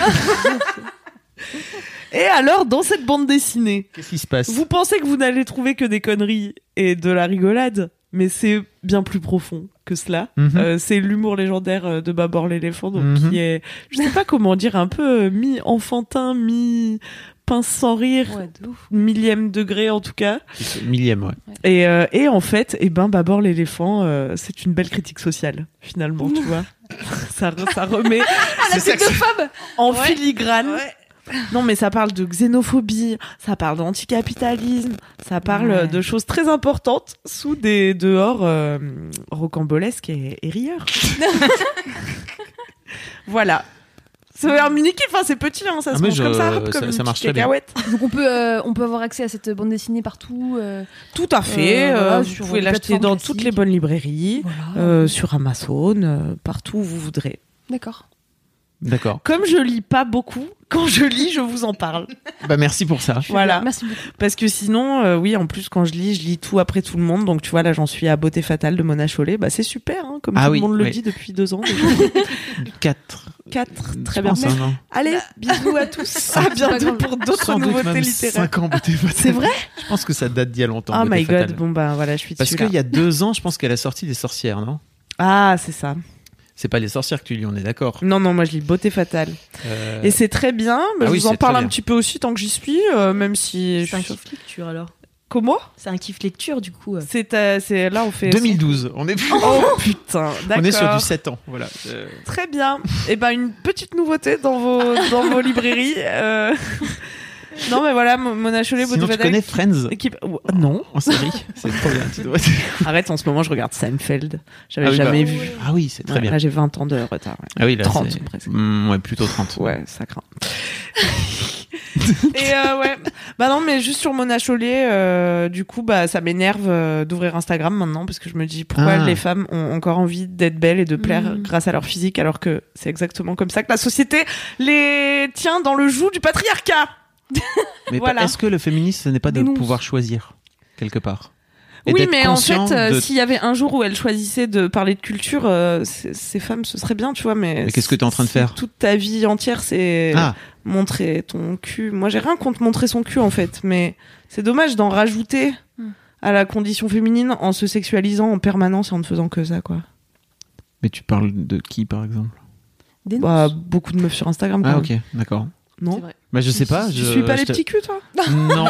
Et alors, dans cette bande dessinée, Qu'est-ce qui se passe? vous pensez que vous n'allez trouver que des conneries et de la rigolade, mais c'est bien plus profond que cela. Mhm. C'est l'humour légendaire de Babor l'éléphant, donc Mhm. qui est, je sais pas comment dire, un peu mi-enfantin, pince sans rire, Ouais, de ouf. millième degré en tout cas. Millième, ouais. Et en fait, Babor l'éléphant, c'est une belle critique sociale, finalement, tu vois. ça remet La xénophobe. en filigrane. Non, mais ça parle de xénophobie, ça parle d'anticapitalisme, ça parle de choses très importantes sous des dehors rocambolesques et rieurs. Voilà. C'est un mini kiff, c'est petit, ça se mange comme ça, hop, comme ça une marche petite très bien. cacahuète. Donc on peut avoir accès à cette bande dessinée partout. Tout à fait. Voilà, vous sur pouvez des l'acheter plateformes dans classiques. toutes les bonnes librairies, Voilà. sur Amazon, partout où vous voudrez. D'accord. D'accord. Comme je lis pas beaucoup, quand je lis, je vous en parle. Bah, merci pour ça. Voilà. Merci beaucoup. Parce que sinon, oui, en plus, quand je lis tout après tout le monde. Donc, tu vois, là, j'en suis à Beauté Fatale de Mona Chollet. Bah, c'est super, hein, comme tout le monde le dit depuis 2 ans. 4. Très bien. Allez, bisous à tous. À bientôt pour d'autres nouveautés littéraires. 5 ans, Beauté Fatale. C'est vrai? Je pense que ça date d'il y a longtemps. Oh Beauté my Fatale. god. Bon, bah, voilà, je suis dessus. Parce qu'il y a 2 ans, je pense qu'elle a sorti des sorcières, non? Ah, c'est ça. C'est pas les sorcières que tu lis, on est d'accord. Non, moi je lis Beauté Fatale. Et c'est très bien. Mais je vous en parle un petit peu aussi tant que j'y suis, même si. C'est un kiff lecture alors. Comment? C'est un kiff lecture du coup. C'est là on fait 2012. On est Oh putain, d'accord. On est sur du 7 ans, voilà. Très bien. Et ben une petite nouveauté dans vos librairies. Non mais voilà, Mona Chollet, Beauté Sinon, tu Fatale. connais Friends Non. en série? C'est trop bien. Tu dois... Arrête, en ce moment je regarde Seinfeld. J'avais jamais vu. Ah oui, c'est très bien. Là j'ai 20 ans de retard. Ouais. Ah oui, là 30 c'est... presque. ouais, plutôt 30. Ouais, ça craint. Et ouais. Bah non, mais juste sur Mona Chollet, du coup, bah ça m'énerve d'ouvrir Instagram maintenant parce que je me dis pourquoi les femmes ont encore envie d'être belles et de plaire grâce à leur physique alors que c'est exactement comme ça que la société les tient dans le joug du patriarcat. Mais voilà. Est-ce que le féminisme, ce n'est pas de pouvoir choisir quelque part? Et oui, d'être mais en conscient fait, s'il y avait un jour où elles choisissaient de parler de culture, ces femmes, ce serait bien, tu vois. Mais qu'est-ce que t'es en train de faire? Toute ta vie entière, c'est montrer ton cul. Moi, j'ai rien contre montrer son cul, en fait, mais c'est dommage d'en rajouter à la condition féminine en se sexualisant en permanence et en ne faisant que ça, quoi. Mais tu parles de qui, par exemple? Bah, beaucoup de meufs sur Instagram, quand même. Ok, d'accord. Non. C'est vrai. Bah, je sais pas. Tu suis pas les petits culs, toi? Non.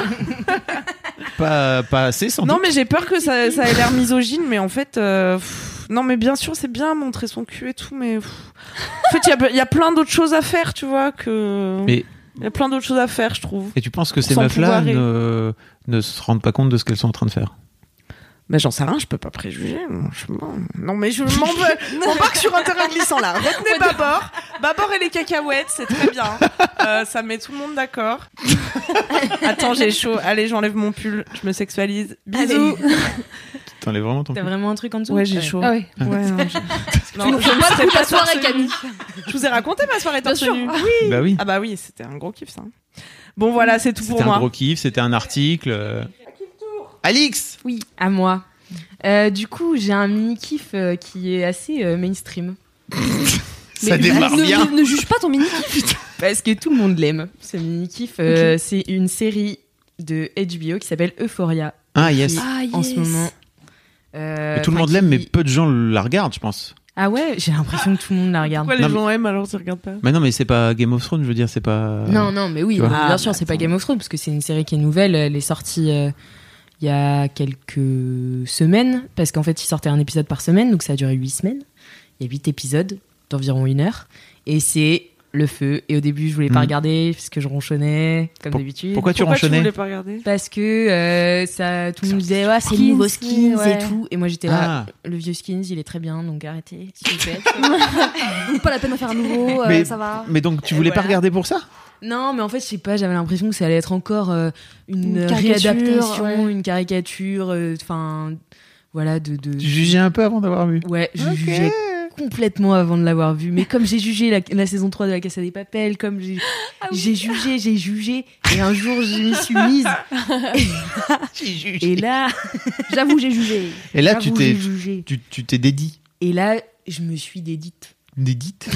pas assez, sans doute. Non, mais j'ai peur que ça ait l'air misogyne, mais en fait, non, mais bien sûr, c'est bien montrer son cul et tout, mais en fait, il y a plein d'autres choses à faire, tu vois, il y a plein d'autres choses à faire, je trouve. Et tu penses que ces Sans meufs-là pouvoir ne se rendent pas compte de ce qu'elles sont en train de faire? Mais j'en sais rien, je peux pas préjuger. Non, mais je m'embarque sur un terrain glissant là. Retenez Babor et les cacahuètes, c'est très bien. Ça met tout le monde d'accord. Attends, j'ai chaud. Allez, j'enlève mon pull, je me sexualise. Bisous. T'enlèves vraiment ton T'as pull? vraiment un truc en dessous? Ouais, j'ai chaud. Ah ouais. Ouais, non, Tu nous fais pas toute la soirée, Camille. Je vous ai raconté ma soirée torse Bien sûr. nu. Oui. Bah oui. Ah bah oui, c'était un gros kiff ça. Bon voilà, c'est tout pour C'était un moi. gros kiff, c'était un article. Alix! Oui, à moi. Du coup, j'ai un mini kiff qui est assez mainstream. Ça démarre bien. Ne juge pas ton mini kiff. Parce que tout le monde l'aime. Ce mini kiff, c'est une série de HBO qui s'appelle Euphoria. Ah yes. Qui, en ce moment. Mais tout le monde l'aime, mais peu de gens la regardent, je pense. Ah ouais, j'ai l'impression que tout le monde la regarde. Pourquoi les gens aiment alors tu regardes pas? Mais non, mais c'est pas Game of Thrones, je veux dire, c'est pas. Non, mais oui, Tu vois. bien sûr, c'est pas Game of Thrones parce que c'est une série qui est nouvelle. Elle est sortie il y a quelques semaines parce qu'en fait, ils sortaient un épisode par semaine, donc ça a duré 8 semaines. Il y a 8 épisodes d'environ 1 heure et c'est le feu. Et au début, je voulais pas regarder parce que je ronchonnais comme d'habitude. Pourquoi tu ronchonnais? Tu voulais pas regarder? Parce que ça, tout le monde disait ouais, c'est le nouveau Skins ouais. et tout. Et moi j'étais là, le vieux Skins il est très bien donc arrêtez s'il vous plaît. Pas la peine d'en faire un nouveau, mais, ça va. Mais donc tu voulais pas regarder pour ça? Non, mais en fait, je sais pas, j'avais l'impression que ça allait être encore une caricature, réadaptation, une caricature, enfin, voilà, de... Tu jugeais un peu avant d'avoir vu? Ouais, je jugeais complètement avant de l'avoir vu. Mais comme j'ai jugé la saison 3 de La Casa des Papel, comme j'ai jugé, et un jour, je m'y suis mise. J'ai jugé. Et là... J'avoue, j'ai jugé. Et là, J'avoue, j'ai jugé. tu t'es dédié. Et là, je me suis dédite. Dédite.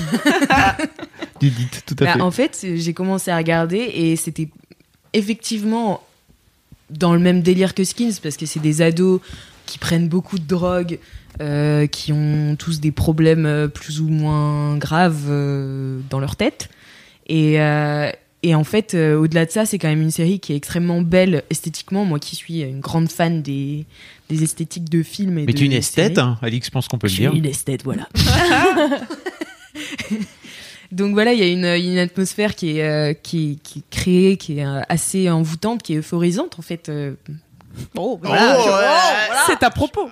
Dédite, tout à fait. En fait, j'ai commencé à regarder et c'était effectivement dans le même délire que Skins parce que c'est des ados qui prennent beaucoup de drogue, qui ont tous des problèmes plus ou moins graves dans leur tête. Et Et en fait, au-delà de ça, c'est quand même une série qui est extrêmement belle esthétiquement. Moi qui suis une grande fan des esthétiques de films et Mais de tu es une esthète, séries. hein, Alix, je pense qu'on peut le Je dire. suis une esthète, voilà. Donc voilà, il y a une atmosphère qui est créée, qui est assez envoûtante, qui est euphorisante en fait. C'est à propos.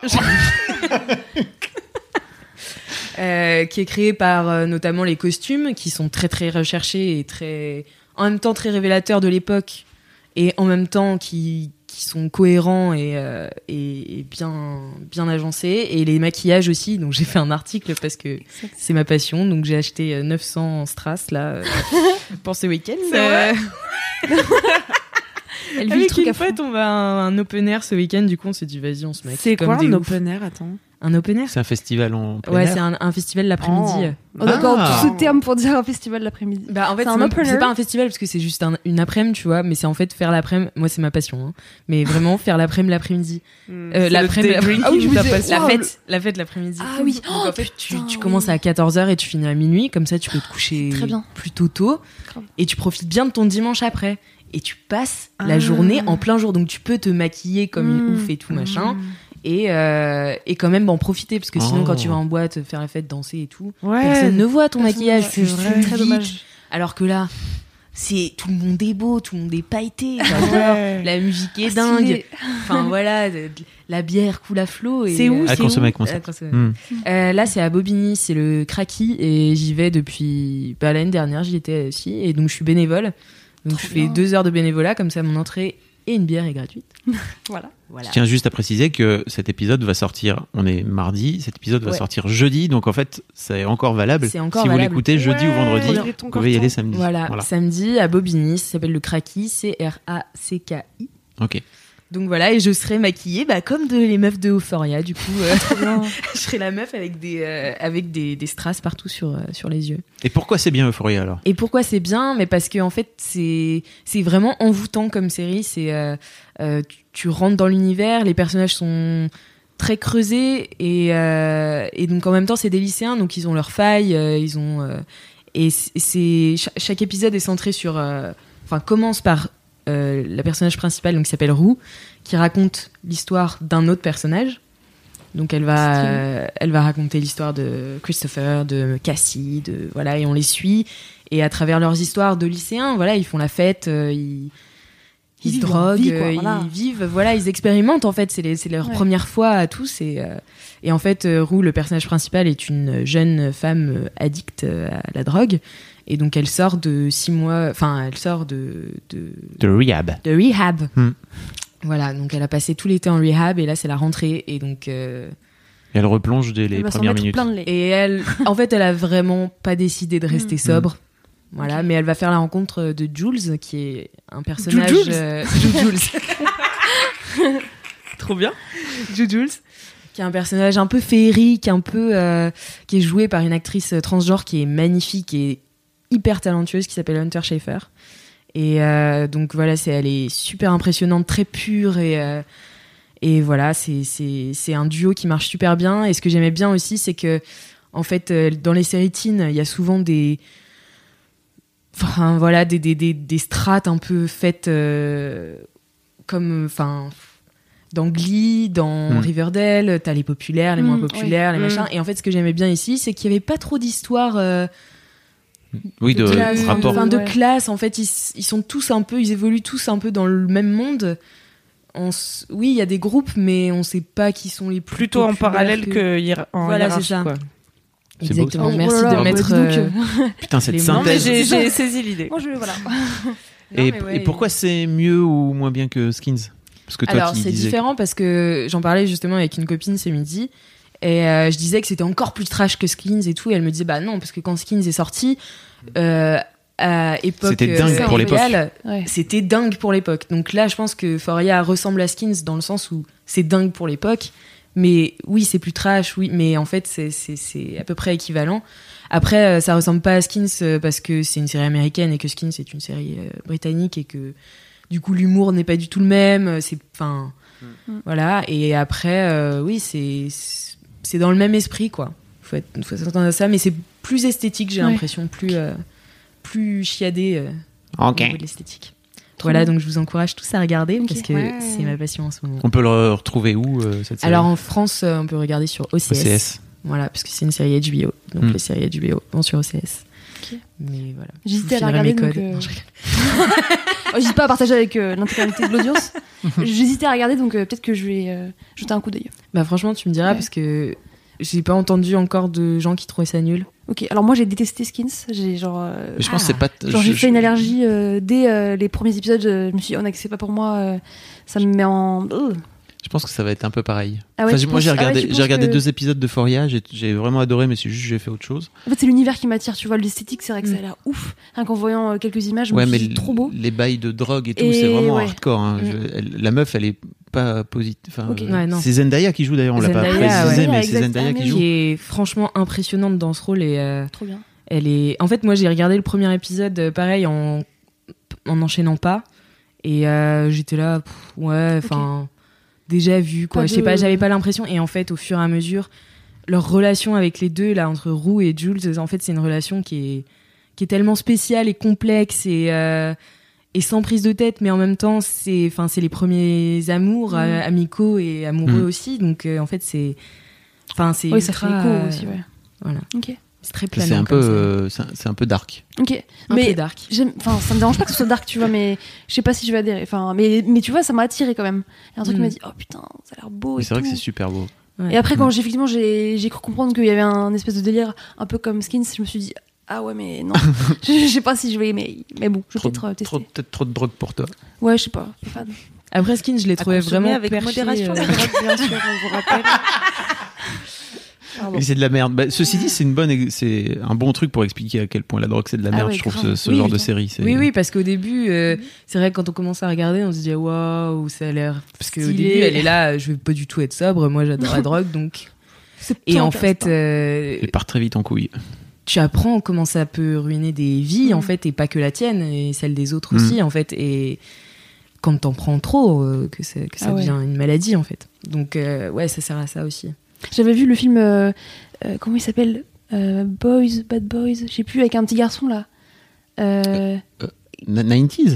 Qui est créée par notamment les costumes qui sont très très recherchés et très en même temps très révélateurs de l'époque et en même temps qui sont cohérents et bien agencés, et les maquillages aussi. Donc j'ai fait un article parce que c'est ma passion, donc j'ai acheté 900 strass là pour ce week-end. C'est vrai. Elle vit le Avec truc une à fond. pote, on va à un open air ce week-end, du coup on s'est dit vas-y on se met C'est comme quoi des un ouf. open air? Attends. Un open air. C'est un festival en plein Ouais, air. c'est un festival l'après-midi. Oh, d'accord, Ah. tout ce terme pour dire un festival l'après-midi. Bah en fait C'est un c'est open c'est air. pas un festival parce que c'est juste une après-midi, tu vois, mais c'est en fait faire l'après-midi. Moi c'est ma passion, hein. Mais vraiment faire l'après-midi. L'après-midi. Ah oui, je me la disais, waouh, fête l'après-midi. Ah oui. Donc en fait tu putain, commences oui. à 14h et tu finis à minuit, comme ça tu peux te coucher Très bien. plutôt tôt Grave. et tu profites bien de ton dimanche après. Et tu passes la journée en plein jour, donc tu peux te maquiller comme une ouf et tout machin. Et quand même en profiter, parce que sinon Oh. quand tu vas en boîte faire la fête, danser et tout, Ouais. personne ne voit ton Personne maquillage, ne voit. tu C'est vrai. fumes Très vite. dommage. Alors que là c'est tout le monde est beau, tout le monde est pailleté, j'adore. Ouais. La musique est Ah, dingue, stylé. enfin voilà, la bière coule à flot. Et, C'est où, À consommer avec conscience. Là c'est à Bobigny, c'est le Kraki, et j'y vais depuis l'année dernière, j'y étais aussi, et donc je suis bénévole, donc Trop je fais bien. 2 heures de bénévolat, comme ça mon entrée et une bière est gratuite. Voilà. Voilà. Je tiens juste à préciser que cet épisode va sortir, on est mardi, cet épisode va Ouais. sortir jeudi, donc en fait, c'est encore valable. C'est encore si vous valable. l'écoutez jeudi ou vendredi, il est vous encore pouvez y temps. aller samedi. Voilà, samedi à Bobigny, ça s'appelle le Kraki, CRACKI. Ok. Donc voilà, et je serai maquillée comme les meufs de Euphoria, du coup. Je serai la meuf avec des strass partout sur les yeux. Et pourquoi c'est bien Euphoria alors? Et pourquoi c'est bien? Mais parce que en fait, c'est vraiment envoûtant comme série. C'est tu rentres dans l'univers, les personnages sont très creusés et donc en même temps c'est des lycéens, donc ils ont leurs failles, chaque épisode est centré sur, commence par la personnage principale, donc qui s'appelle Rue, qui raconte l'histoire d'un autre personnage. Donc elle va raconter l'histoire de Christopher, de Cassie, et on les suit, et à travers leurs histoires de lycéens, ils font la fête, ils se vivent leur droguent, vie, quoi, voilà. ils vivent, ils expérimentent en fait, c'est leur première fois à tous, et en fait Rue, le personnage principal, est une jeune femme addicte à la drogue, et donc elle sort de 6 mois, elle sort de rehab. de rehab. Hmm. Voilà, donc elle a passé tout l'été en rehab et là c'est la rentrée, et donc Et elle replonge dès les Elle va s'en premières mettre minutes. plein de lait. et elle en fait elle a vraiment pas décidé de rester sobre. Voilà, Ok. mais elle va faire la rencontre de Jules, qui est un personnage Jules Jules. Trop bien. Jules, qui est un personnage un peu féerique, un peu qui est joué par une actrice transgenre qui est magnifique et hyper talentueuse, qui s'appelle Hunter Schafer. Et donc voilà, elle est super impressionnante, très pure, et voilà, c'est un duo qui marche super bien. Et ce que j'aimais bien aussi, c'est que en fait dans les séries teen, il y a souvent des strates un peu faites comme dans Glee, dans Riverdale, t'as les populaires, les moins populaires, les machins. Et en fait, ce que j'aimais bien ici, c'est qu'il y avait pas trop d'histoire Oui, de classe, rapport. de Ouais. classe. En fait, ils sont tous un peu, ils évoluent tous un peu dans le même monde. Oui, il y a des groupes, mais on sait pas qui sont les plus Plutôt en populaires parallèle que en Voilà, hiérarchie, c'est ça. quoi. C'est beau, Exactement. ça. Merci Oh là là, de mettre. dis donc, Putain, cette les Non, mais synthèse. j'ai saisi l'idée. Moi, voilà. Et pourquoi c'est mieux ou moins bien que Skins? Parce que toi, Alors, qui c'est disais... différent parce que j'en parlais justement avec une copine ce midi, et je disais que c'était encore plus trash que Skins et tout, et elle me disait bah non, parce que quand Skins est sorti, à époque, C'était dingue pour l'époque. Montréal, Ouais. c'était dingue pour l'époque. Donc là, je pense que Euphoria ressemble à Skins dans le sens où c'est dingue pour l'époque, mais oui, c'est plus trash, oui, mais en fait, c'est à peu près équivalent. Après, ça ressemble pas à Skins parce que c'est une série américaine et que Skins est une série britannique, et que du coup l'humour n'est pas du tout le même. Voilà. Et après, oui, c'est dans le même esprit, quoi. Faut s'attendre à ça, mais c'est plus esthétique, j'ai Ouais. l'impression, plus chiadé. au niveau de l'esthétique. Voilà, donc je vous encourage tous à regarder parce que c'est ma passion en ce moment. On peut le retrouver où cette série ? Alors en France, on peut regarder sur OCS. Voilà, parce que c'est une série HBO. Donc les séries HBO vont sur OCS. Okay. Mais voilà. J'hésitais à la regarder. J'hésite pas à partager avec l'intégralité de l'audience. J'hésitais à regarder, donc peut-être que je vais jeter un coup d'œil. Bah franchement, tu me diras parce que j'ai pas entendu encore de gens qui trouvaient ça nul. Ok, alors moi j'ai détesté Skins. J'ai genre. Je pense que c'est pas. J'ai fait une allergie dès les premiers épisodes. Je me suis dit, c'est pas pour moi. Ça me met en. Je pense que ça va être un peu pareil. Ah ouais, moi j'ai regardé 2 épisodes de Euphoria, j'ai vraiment adoré, mais c'est juste j'ai fait autre chose. En fait, c'est l'univers qui m'attire, tu vois, l'esthétique, c'est vrai que ça a l'air ouf. Rien qu'en voyant quelques images, je me suis dit, trop beau. Les bails de drogue et tout, c'est vraiment hardcore. Hein. La meuf, elle est pas positive. Enfin, c'est Zendaya qui joue d'ailleurs, on l'a pas précisé, mais c'est Zendaya qui joue. Qui est franchement impressionnante dans ce rôle et trop bien. Elle est. En fait, moi j'ai regardé le premier épisode, pareil en enchaînant pas, et j'étais là, enfin. Déjà vu quoi, je sais pas, j'avais pas l'impression, et en fait au fur et à mesure leur relation avec les deux là, entre Rue et Jules, en fait c'est une relation qui est tellement spéciale et complexe et sans prise de tête, mais en même temps c'est les premiers amours amicaux et amoureux aussi, donc en fait c'est ça fait écho aussi, voilà. Ok. C'est très planant. C'est un peu dark. Ok. Un peu dark. Ça me dérange pas que ce soit dark, tu vois, mais je sais pas si je vais adhérer. Mais tu vois, ça m'a attiré quand même. Il y a un truc qui m'a dit, oh putain, ça a l'air beau. C'est vrai que c'est super beau. Ouais. Et après, quand j'ai cru comprendre qu'il y avait un espèce de délire un peu comme Skins, je me suis dit, ah ouais, mais non. Je sais pas si je vais aimer. Mais bon, je vais peut-être tester. Peut-être trop de drogue pour toi. Ouais, je sais pas. Je suis fan. Après Skins, je l'ai trouvé vraiment avec modération. Bien sûr, on vous rappelle. Et c'est de la merde. Ceci dit, c'est un bon truc pour expliquer à quel point la drogue c'est de la merde. Je trouve ce genre de série. Oui, parce qu'au début, c'est vrai que quand on commence à regarder, on se dit waouh, ça a l'air. Parce qu'au début, elle est là, je veux pas du tout être sobre. Moi, j'adore la drogue, donc. Et en fait, elle part très vite en couille. Tu apprends comment ça peut ruiner des vies en fait, et pas que la tienne, et celle des autres aussi en fait. Et quand t'en prends trop, que ça devient une maladie en fait. Donc ça sert à ça aussi. J'avais vu le film, comment il s'appelle, Bad Boys, je sais plus, avec un petit garçon là. 90s ?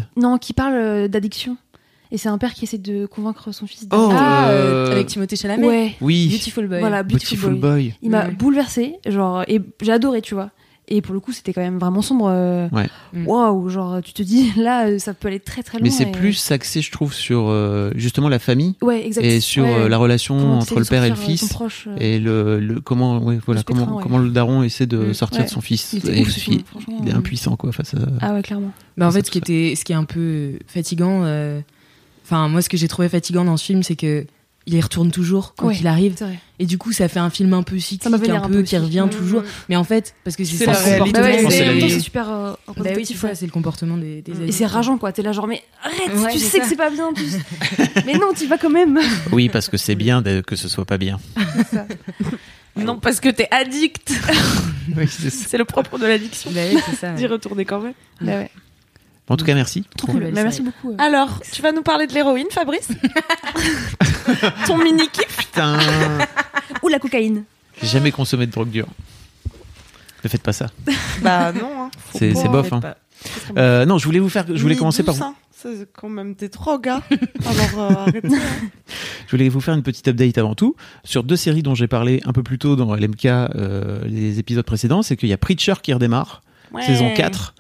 Non, qui parle d'addiction. Et c'est un père qui essaie de convaincre son fils. Avec Timothée Chalamet. Ouais. Oui. Beautiful Boy. Voilà, Beautiful Boy. Il m'a bouleversée, genre, et j'ai adoré, tu vois. Et pour le coup, c'était quand même vraiment sombre. Waouh, genre, tu te dis, là, ça peut aller très très loin. Mais c'est plus axé, je trouve, sur justement la famille. Ouais, exact. Et sur la relation entre le père et le fils. Et comment le daron essaie de sortir de son fils. Et il est impuissant, quoi, face à. Ah ouais, clairement. Bah, en fait, ce qui est un peu fatigant, moi, ce que j'ai trouvé fatigant dans ce film, c'est que il y retourne toujours quand il arrive, et du coup ça fait un film un peu cyclique, un peu qui revient toujours, mais en fait parce que c'est la réalité, c'est super c'est le comportement des et c'est rageant quoi, t'es là genre mais arrête, tu sais que c'est pas bien en plus. Mais non, tu vas quand même. Oui, parce que c'est bien que ce soit pas bien. Non, parce que t'es addict. Oui, c'est le propre de l'addiction, c'est ça, d'y retourner quand même. En tout cas, merci. Trop cool. Merci beaucoup. Alors, tu vas nous parler de l'héroïne, Fabrice? Ton mini-kiff? Putain. Ou la cocaïne? J'ai jamais consommé de drogue dure. Ne faites pas ça. Bah non. Hein. C'est bof. Hein. Non, je voulais commencer par. C'est quand même des drogues. Hein. Alors arrêtez. Je voulais vous faire une petite update avant tout sur 2 séries dont j'ai parlé un peu plus tôt dans LMK, les épisodes précédents. C'est qu'il y a Preacher qui redémarre, saison 4.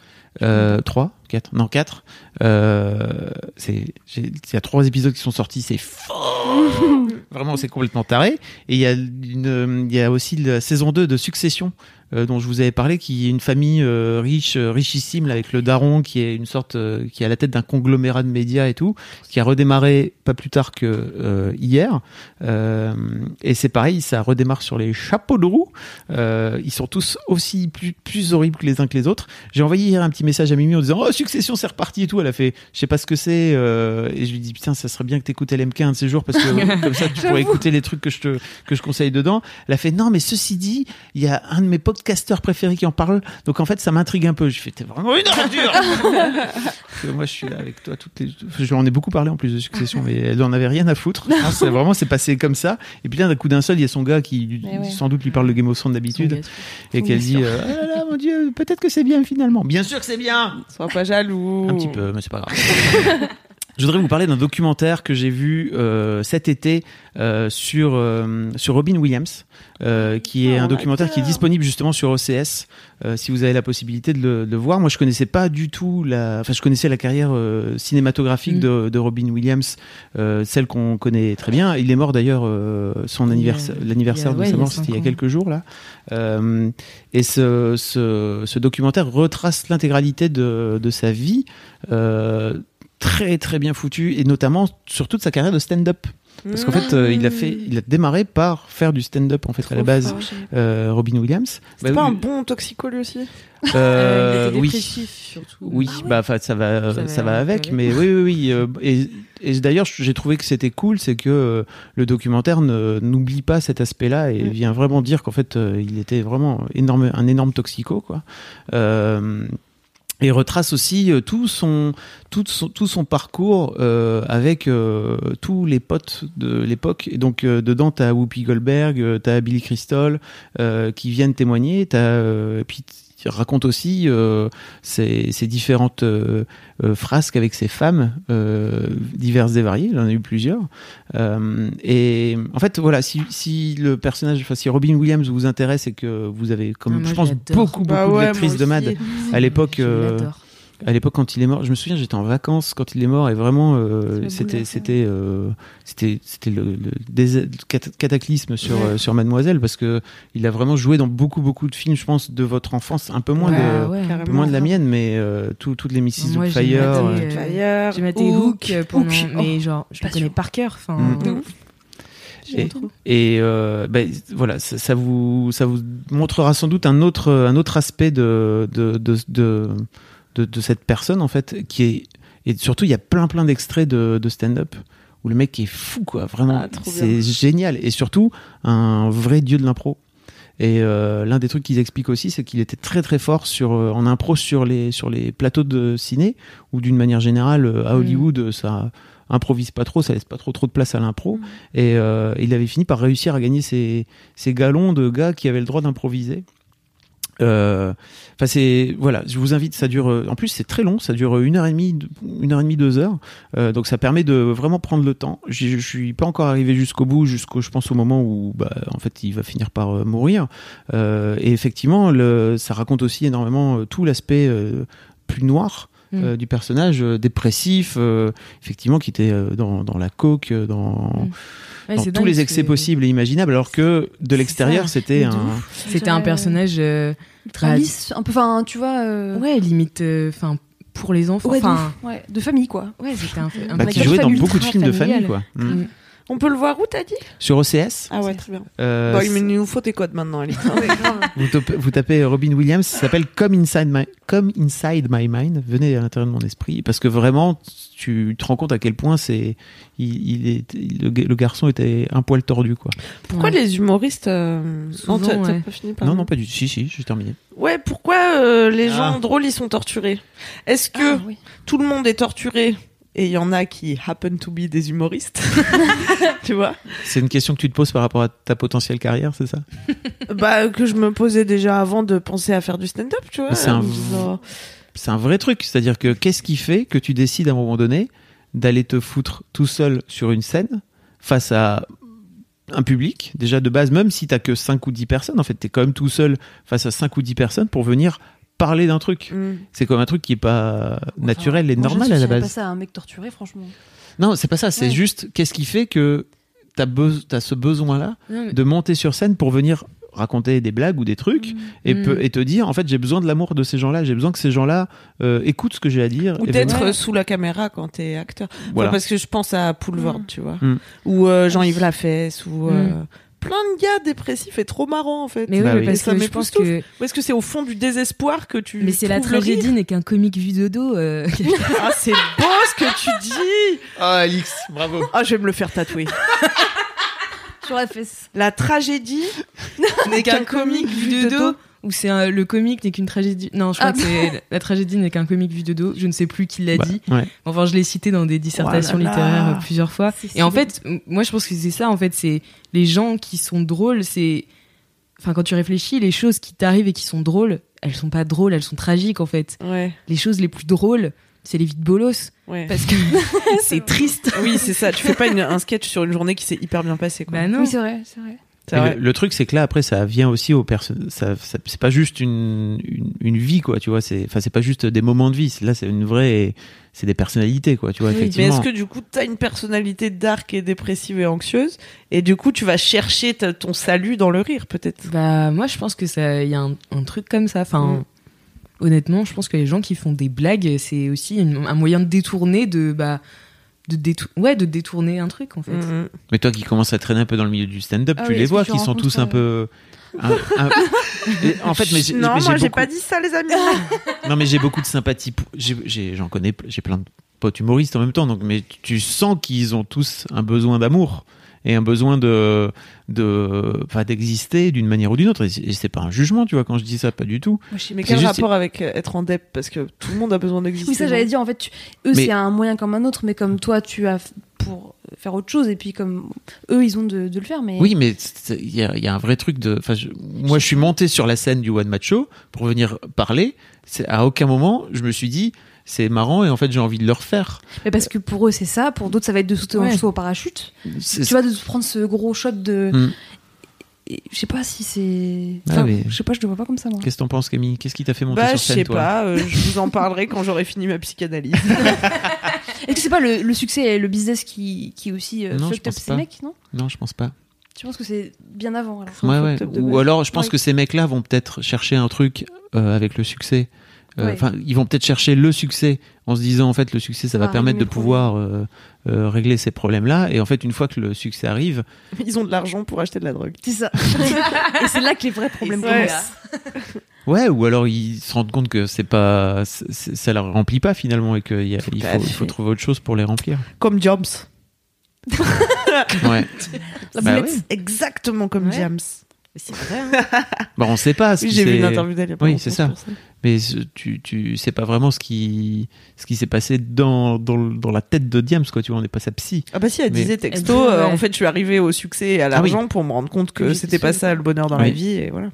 4. Il y a 3 épisodes qui sont sortis, c'est fort. Vraiment, c'est complètement taré. Et il y a aussi la saison 2 de Succession, dont je vous avais parlé, qui est une famille richissime, là, avec le daron qui est une sorte, qui est à la tête d'un conglomérat de médias et tout, qui a redémarré pas plus tard que hier. Et c'est pareil, ça redémarre sur les chapeaux de roue. Ils sont tous aussi plus horribles que les uns que les autres. J'ai envoyé hier un petit message à Mimi en disant Succession, c'est reparti et tout. Elle a fait je sais pas ce que c'est, et je lui dis putain, ça serait bien que t'écoutes LMK un de ces jours, parce que comme ça tu pourrais écouter les trucs que je conseille dedans. Elle a fait non, mais ceci dit, il y a un de mes potes podcasteurs préférés qui en parlent. Donc en fait, ça m'intrigue un peu. Je fais, t'es vraiment une ordure. Moi, je suis là avec toi j'en ai beaucoup parlé en plus de Succession, mais elle en avait rien à foutre. C'est passé comme ça. Et puis là, d'un coup d'un seul, il y a son gars qui sans doute lui parle de Game of Thrones d'habitude et qu'elle dit, ah là là, mon Dieu, peut-être que c'est bien finalement. Bien sûr que c'est bien. Sois pas jaloux. Un petit peu, mais c'est pas grave. Je voudrais vous parler d'un documentaire que j'ai vu cet été sur Robin Williams, qui est un documentaire qui est disponible justement sur OCS. Si vous avez la possibilité de le voir. Moi, je connaissais pas du tout je connaissais la carrière cinématographique de Robin Williams, celle qu'on connaît très bien. Il est mort d'ailleurs, l'anniversaire de sa mort, c'était il y a quelques jours là. Et ce documentaire retrace l'intégralité de sa vie. Très très bien foutu, et notamment sur toute sa carrière de stand-up, parce qu'en fait il a démarré par faire du stand-up en fait à la base. Robin Williams, c'est pas un bon toxico lui aussi. Il était dépressif, surtout. Oui, ça va avec, mais oui. Et d'ailleurs, j'ai trouvé que c'était cool, c'est que le documentaire n'oublie pas cet aspect-là et vient vraiment dire qu'en fait il était vraiment un énorme toxico, quoi. Et retrace aussi tout son parcours avec tous les potes de l'époque. Et donc dedans t'as Whoopi Goldberg, t'as Billy Crystal qui viennent témoigner. Puis il raconte aussi ses différentes frasques avec ses femmes diverses et variées. Il en a eu plusieurs. Et en fait, voilà, si le personnage, si Robin Williams vous intéresse et que vous avez, je pense, beaucoup de lectrices de Mad à l'époque. À l'époque, quand il est mort, je me souviens, j'étais en vacances quand il est mort, et vraiment, c'était le cataclysme sur Mademoiselle, parce que il a vraiment joué dans beaucoup de films, je pense, de votre enfance, un peu moins de la mienne, mais toutes les Mrs. Doubtfire. J'ai maté Hook mais genre, je le connais par cœur. Et voilà, ça vous montrera sans doute un autre aspect de cette personne, en fait, et surtout il y a plein d'extraits de stand-up où le mec est fou, quoi, vraiment. C'est génial, et surtout un vrai dieu de l'impro. Et l'un des trucs qu'ils expliquent aussi, c'est qu'il était très très fort en impro sur les plateaux de ciné, ou d'une manière générale à Hollywood, ça improvise pas trop, ça laisse pas trop de place à l'impro. Et il avait fini par réussir à gagner ses galons de gars qui avaient le droit d'improviser. Voilà, je vous invite, ça dure, en plus c'est très long, ça dure 1h30, 2 heures, donc ça permet de vraiment prendre le temps. Je suis pas encore arrivé jusqu'au bout, je pense au moment où en fait il va finir par mourir, et effectivement ça raconte aussi énormément tout l'aspect plus noir du personnage, dépressif, effectivement, qui était dans la coke, dans tous les excès possibles et imaginables, alors que de l'extérieur c'était un personnage très lisse, un peu, tu vois, limite, pour les enfants, de famille, quoi. C'était un qui jouait dans beaucoup de films de famille, quoi. On peut le voir où, t'as dit ? Sur OCS. Ah ouais, très bien. Mais il nous faut tes codes maintenant, Alix. Vous tapez Robin Williams, ça s'appelle Come Inside My Mind, venez à l'intérieur de mon esprit, parce que vraiment, tu te rends compte à quel point le garçon était un poil tordu, quoi. Pourquoi les humoristes... Souvent, t'as pas fini par Non, pas du tout. Si, j'ai terminé. Ouais, pourquoi les gens drôles, ils sont torturés ? Est-ce que tout le monde est torturé ? Et il y en a qui happen to be des humoristes. Tu vois ? C'est une question que tu te poses par rapport à ta potentielle carrière, c'est ça ? Que je me posais déjà avant de penser à faire du stand-up, tu vois. C'est un vrai truc. C'est-à-dire que qu'est-ce qui fait que tu décides à un moment donné d'aller te foutre tout seul sur une scène face à un public, déjà de base, même si t'as que 5 ou 10 personnes, en fait, t'es quand même tout seul face à 5 ou 10 personnes pour venir parler d'un truc. C'est comme un truc qui est pas naturel et normal à la base. C'est pas ça, un mec torturé, franchement. Non, c'est pas ça. C'est juste qu'est-ce qui fait que t'as ce besoin-là de monter sur scène pour venir raconter des blagues ou des trucs et te dire, en fait, j'ai besoin de l'amour de ces gens-là. J'ai besoin que ces gens-là écoutent ce que j'ai à dire. Ou d'être sous la caméra quand t'es acteur. Voilà. Parce que je pense à Poulvord, tu vois. Ou Jean-Yves Lafesse, ou... plein de gars dépressifs et trop marrants, en fait. Mais oui, parce que je pense que... Ou est-ce que c'est au fond du désespoir que tu... Mais c'est la tragédie n'est qu'un comique vu de dos. Ah, c'est beau ce que tu dis. Ah, Alix, bravo. Ah, je vais me le faire tatouer. Sur la fesse. La tragédie n'est qu'un comique vu de dos. Ou c'est le comique n'est qu'une tragédie. Non, je crois que c'est la tragédie n'est qu'un comique vu de dos. Je ne sais plus qui l'a dit. Ouais. Enfin, je l'ai cité dans des dissertations littéraires plusieurs fois. Et en fait, moi, je pense que c'est ça. En fait, c'est les gens qui sont drôles. C'est, enfin, quand tu réfléchis, les choses qui t'arrivent et qui sont drôles, elles sont pas drôles, elles sont tragiques en fait. Ouais. Les choses les plus drôles, c'est les vies de bolos. Ouais. Parce que c'est triste. Oui, c'est ça. Tu fais pas un sketch sur une journée qui s'est hyper bien passée, quoi. Bah non. Oui, c'est vrai, c'est vrai. C'est vrai. Le truc, c'est que là, après, ça vient aussi aux personnes. C'est pas juste une vie, quoi. Tu vois, c'est pas juste des moments de vie. Là, c'est une vraie. C'est des personnalités, quoi. Tu vois, Oui, effectivement. mais est-ce que du coup, t'as une personnalité dark et dépressive et anxieuse, et du coup, tu vas chercher ton salut dans le rire, peut-être? Bah moi, je pense que ça, il y a un truc comme ça. Enfin, honnêtement, je pense que les gens qui font des blagues, c'est aussi un moyen de détourner de détourner un truc en fait. Mais toi qui commences à traîner un peu dans le milieu du stand-up, tu les vois qui sont tous un peu. En fait, non, moi j'ai pas dit ça, les amis. Non, mais j'ai beaucoup de sympathie. J'en connais, j'ai plein de potes humoristes en même temps. Donc, mais tu sens qu'ils ont tous un besoin d'amour et un besoin d'exister d'une manière ou d'une autre. Et c'est pas un jugement, tu vois, quand je dis ça, pas du tout. Mais quel rapport avec être en dep? Parce que tout le monde a besoin d'exister. Oui, ça j'allais dire, en fait, c'est un moyen comme un autre, mais comme toi, tu as pour faire autre chose, et puis comme eux, ils ont de le faire. Mais... Oui, mais il y a un vrai truc de... Moi, je suis monté sur la scène du One Man Show pour venir parler. À aucun moment, je me suis dit... C'est marrant et en fait j'ai envie de le refaire. Mais parce que pour eux c'est ça, pour d'autres ça va être de sauter en saut au parachute. Tu vois, de prendre ce gros shot de... Et je sais pas si c'est... Enfin, je sais pas, je le vois pas comme ça moi. Qu'est-ce que t'en penses, Camille? Qu'est-ce qui t'a fait monter sur scène, toi? Je sais pas, je vous en parlerai quand j'aurai fini ma psychanalyse. Est-ce que c'est pas le succès et le business qui aussi fucked up ces mecs, non? Non, je pense pas. Tu penses que c'est bien avant alors? Ouais. Ou alors je pense que ces mecs-là vont peut-être chercher un truc avec le succès. Ils vont peut-être chercher le succès en se disant en fait le succès ça va permettre de pouvoir régler ces problèmes-là, et en fait une fois que le succès arrive, ils ont de l'argent pour acheter de la drogue. C'est ça. Et c'est là que les vrais problèmes commencent. Ouais, ou alors ils se rendent compte que ça leur remplit pas finalement et qu'il faut trouver autre chose pour les remplir. Comme Jams. Ouais. Exactement comme Jams. C'est vrai. On sait pas. Oui, j'ai vu une interview d'elle. Oui, c'est ça. Mais tu sais pas vraiment ce qui s'est passé dans la tête de Diams, quoi. Tu vois, on n'est pas sa psy. Ah bah si, elle disait texto. En fait, je suis arrivée au succès et à l'argent pour me rendre compte que c'était pas ça le bonheur dans la vie, et voilà.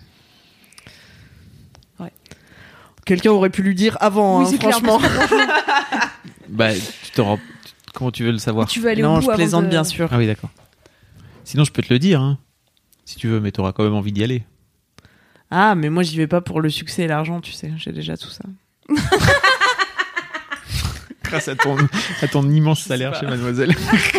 Ouais. Quelqu'un aurait pu lui dire avant, franchement. Bah, comment tu veux le savoir? Tu veux aller au bout? Non, je plaisante bien sûr. Ah oui, d'accord. Sinon, je peux te le dire, hein. Si tu veux, mais t'auras quand même envie d'y aller. Ah, mais moi, j'y vais pas pour le succès et l'argent, tu sais. J'ai déjà tout ça. Grâce à ton immense salaire chez Mademoiselle.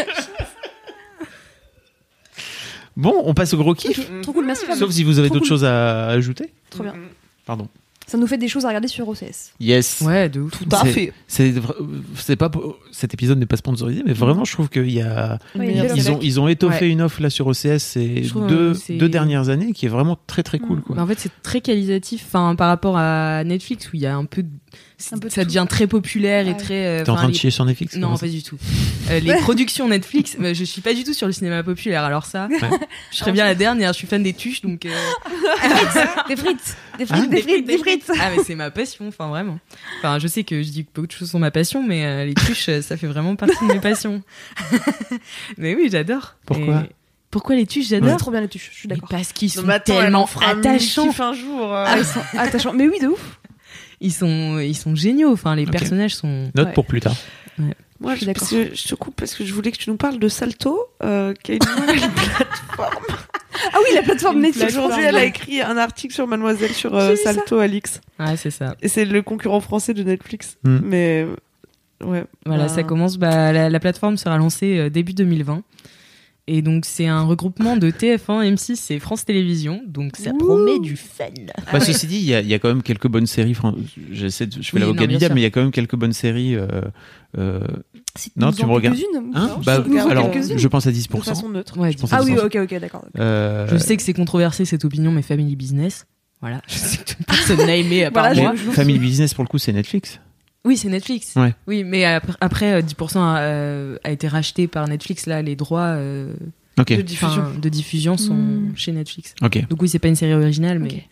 Bon, on passe au gros kiff. Trop cool, merci. Sauf si vous avez d'autres choses à ajouter. Trop bien. Pardon. Ça nous fait des choses à regarder sur OCS. Yes. Ouais, de ouf. Tout à fait. C'est pas cet épisode n'est pas sponsorisé, mais vraiment je trouve qu'il y a ils ont étoffé une offre là sur OCS ces deux dernières années qui est vraiment très très cool, quoi. En fait, c'est très qualitatif, par rapport à Netflix où il y a un peu ça devient très populaire et très. T'es en train de chier sur Netflix? Non, pas du tout. Les productions Netflix, je suis pas du tout sur le cinéma populaire. Alors ça, je serais bien la dernière. Je suis fan des tuches, donc. Des frites. Ah mais c'est ma passion, vraiment. Je sais que je dis que beaucoup de choses sont ma passion, mais les tuches, ça fait vraiment partie de mes passions. Mais oui, j'adore. Pourquoi les tuches, j'adore? C'est trop bien les tuches, je suis d'accord. Parce qu'ils sont tellement attachants. Un jour. Ils sont attachants. Mais oui, de ouf. Ils sont géniaux. Les personnages sont. Note pour plus tard. Ouais. Moi, je te coupe parce que je voulais que tu nous parles de Salto, qui est une nouvelle plateforme. Ah oui, la plateforme Netflix. Aujourd'hui, elle a écrit un article sur Mademoiselle sur Salto, Alix. Ouais, c'est ça. Et c'est le concurrent français de Netflix. Mais ouais. Voilà, ça commence. La plateforme sera lancée début 2020. Et donc, c'est un regroupement de TF1, M6 et France Télévisions. Donc, ça promet du fun. Ceci dit, il y a quand même quelques bonnes séries. Je fais l'avocat du diable, mais il y a quand même quelques bonnes séries. Non, tu me regardes. Alors, je pense à 10%. De façon neutre. Ouais, oui, ok, d'accord. Je sais que c'est controversé cette opinion, mais Family Business. Voilà. Je sais que toute personne n'a aimé à part moi. Family Business, pour le coup, c'est Netflix. Oui, c'est Netflix. Ouais. Oui, mais après 10% a été racheté par Netflix. Là, les droits de diffusion sont chez Netflix. Okay. Donc oui, c'est pas une série originale, mais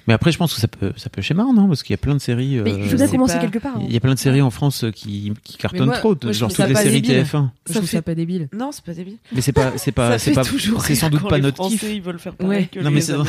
Mais après, je pense que ça peut schémar, non? Parce qu'il y a plein de séries. Mais il faut bien commencer quelque part. Il y a plein de séries en France qui cartonnent trop, genre toutes les séries TF1. Je trouve ça pas débile. Non, c'est pas débile. Mais c'est sans doute pas notre kiff. Ils veulent faire pareil que non, mais c'est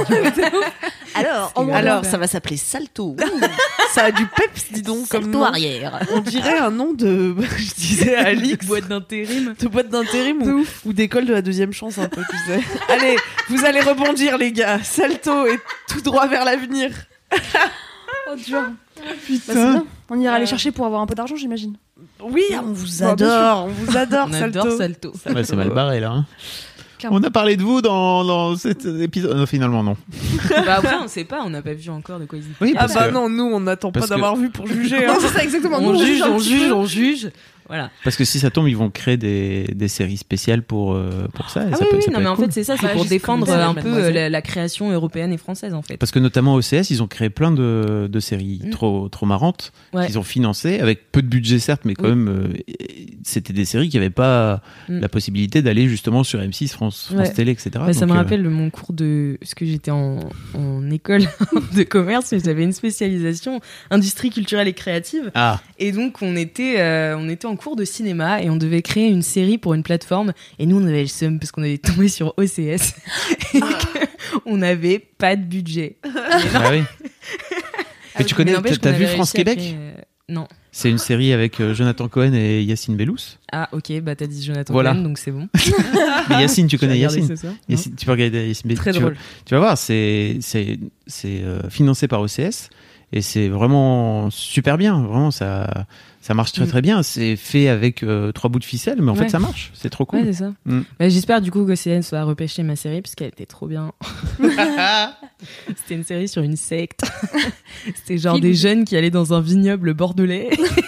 Alors, ça va s'appeler Salto. Ça a du peps, dis donc, comme Salto nom. arrière. On dirait un nom de, je disais à Alix, Boîte d'intérim. de boîte d'intérim ou d'école de la deuxième chance un peu, tu sais. Allez, vous allez rebondir les gars. Salto et tout droit vers l'avenir. Oh, dur. Putain. Bah, c'est bien. On ira aller chercher pour avoir un peu d'argent, j'imagine. Oui, on vous adore, On adore Salto. Ouais, c'est mal barré là. Hein. On a parlé de vous dans cet épisode. Non, finalement, non. Bah après, on sait pas, on n'a pas vu encore de quoi ils y Oui, Ah bah non, nous on n'attend pas d'avoir vu pour juger. Hein. C'est ça exactement. On Nous, juge. Voilà. Parce que si ça tombe, ils vont créer des séries spéciales pour ça. Et Ah ça oui, peut, oui, ça non peut mais être en cool. fait c'est ça, c'est pour juste défendre comme ça, un peu mademoiselle. la création européenne et française en fait. Parce que notamment OCS, ils ont créé plein de séries trop marrantes Ouais. qu'ils ont financées avec peu de budget certes, mais quand même c'était des séries qui n'avaient pas la possibilité d'aller justement sur M6, France Télé, etc. Ouais, ça Donc, me rappelle mon cours de parce que j'étais en école de commerce, mais j'avais une spécialisation industrie culturelle et créative. Ah. Et donc on était en cours de cinéma et on devait créer une série pour une plateforme et nous on avait le seum parce qu'on avait tombé sur OCS et on n'avait pas de budget. Ah oui. Mais tu connais, t'as vu France-Québec? Non. C'est une série avec Jonathan Cohen et Yacine Bellous. Ah ok, bah t'as dit Jonathan Voilà. Cohen donc c'est bon. Mais Yacine, tu connais J'ai regardé Yacine? ce soir. Yacine, tu peux regarder Yacine Bellous. Très drôle. Tu vas voir, c'est financé par OCS et c'est vraiment super bien. Vraiment, ça marche très très bien. C'est fait avec 3 bouts de ficelle, mais en fait ça marche. C'est trop cool. Ouais, c'est ça. Bah, j'espère du coup qu'OCS va repêcher ma série parce qu'elle était trop bien. C'était une série sur une secte. C'était genre des jeunes qui allaient dans un vignoble bordelais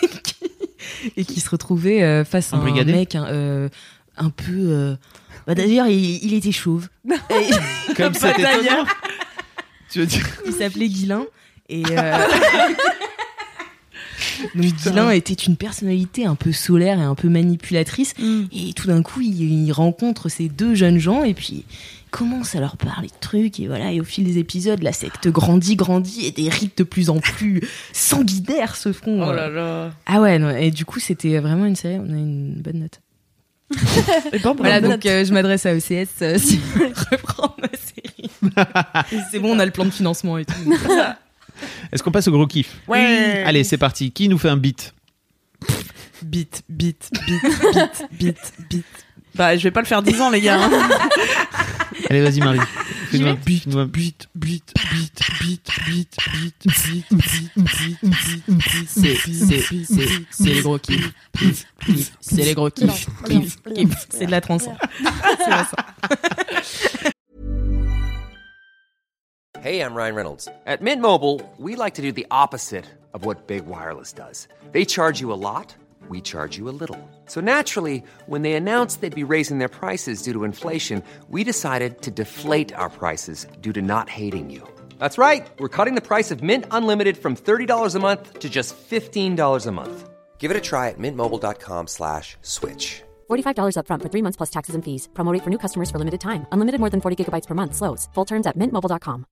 et qui se retrouvaient face à un mec un peu. Bah, d'ailleurs, il était chauve. Comme ça, étonnant. Tu veux dire? Il s'appelait Guilain. Et donc Guilain était une personnalité un peu solaire et un peu manipulatrice et tout d'un coup il rencontre ces 2 jeunes gens et puis il commence à leur parler de trucs et voilà, et au fil des épisodes la secte grandit et des rites de plus en plus sanguinaires se font. Oh là là. Ah ouais, non, et du coup c'était vraiment une série, on a une bonne note. Et bon, Voilà, donc je m'adresse à OCS si vous voulez reprendre ma série. C'est bon, on a le plan de financement et tout. Est-ce qu'on passe au gros kiff? Ouais. Allez, c'est parti. Qui nous fait un beat? Beat. Bah, je vais pas le faire 10 ans, les gars. Hein. Allez, vas-y, Marie. Fais-nous un beat. C'est les gros kiffs. C'est les gros kiffs. C'est de la trance. C'est ça. Hey, I'm Ryan Reynolds. At Mint Mobile, we like to do the opposite of what Big Wireless does. They charge you a lot, we charge you a little. So naturally, when they announced they'd be raising their prices due to inflation, we decided to deflate our prices due to not hating you. That's right. We're cutting the price of Mint Unlimited from $30 a month to just $15 a month. Give it a try at mintmobile.com/switch. $45 up front for 3 months plus taxes and fees. Promo rate for new customers for limited time. Unlimited more than 40 gigabytes per month. Slows full terms at mintmobile.com.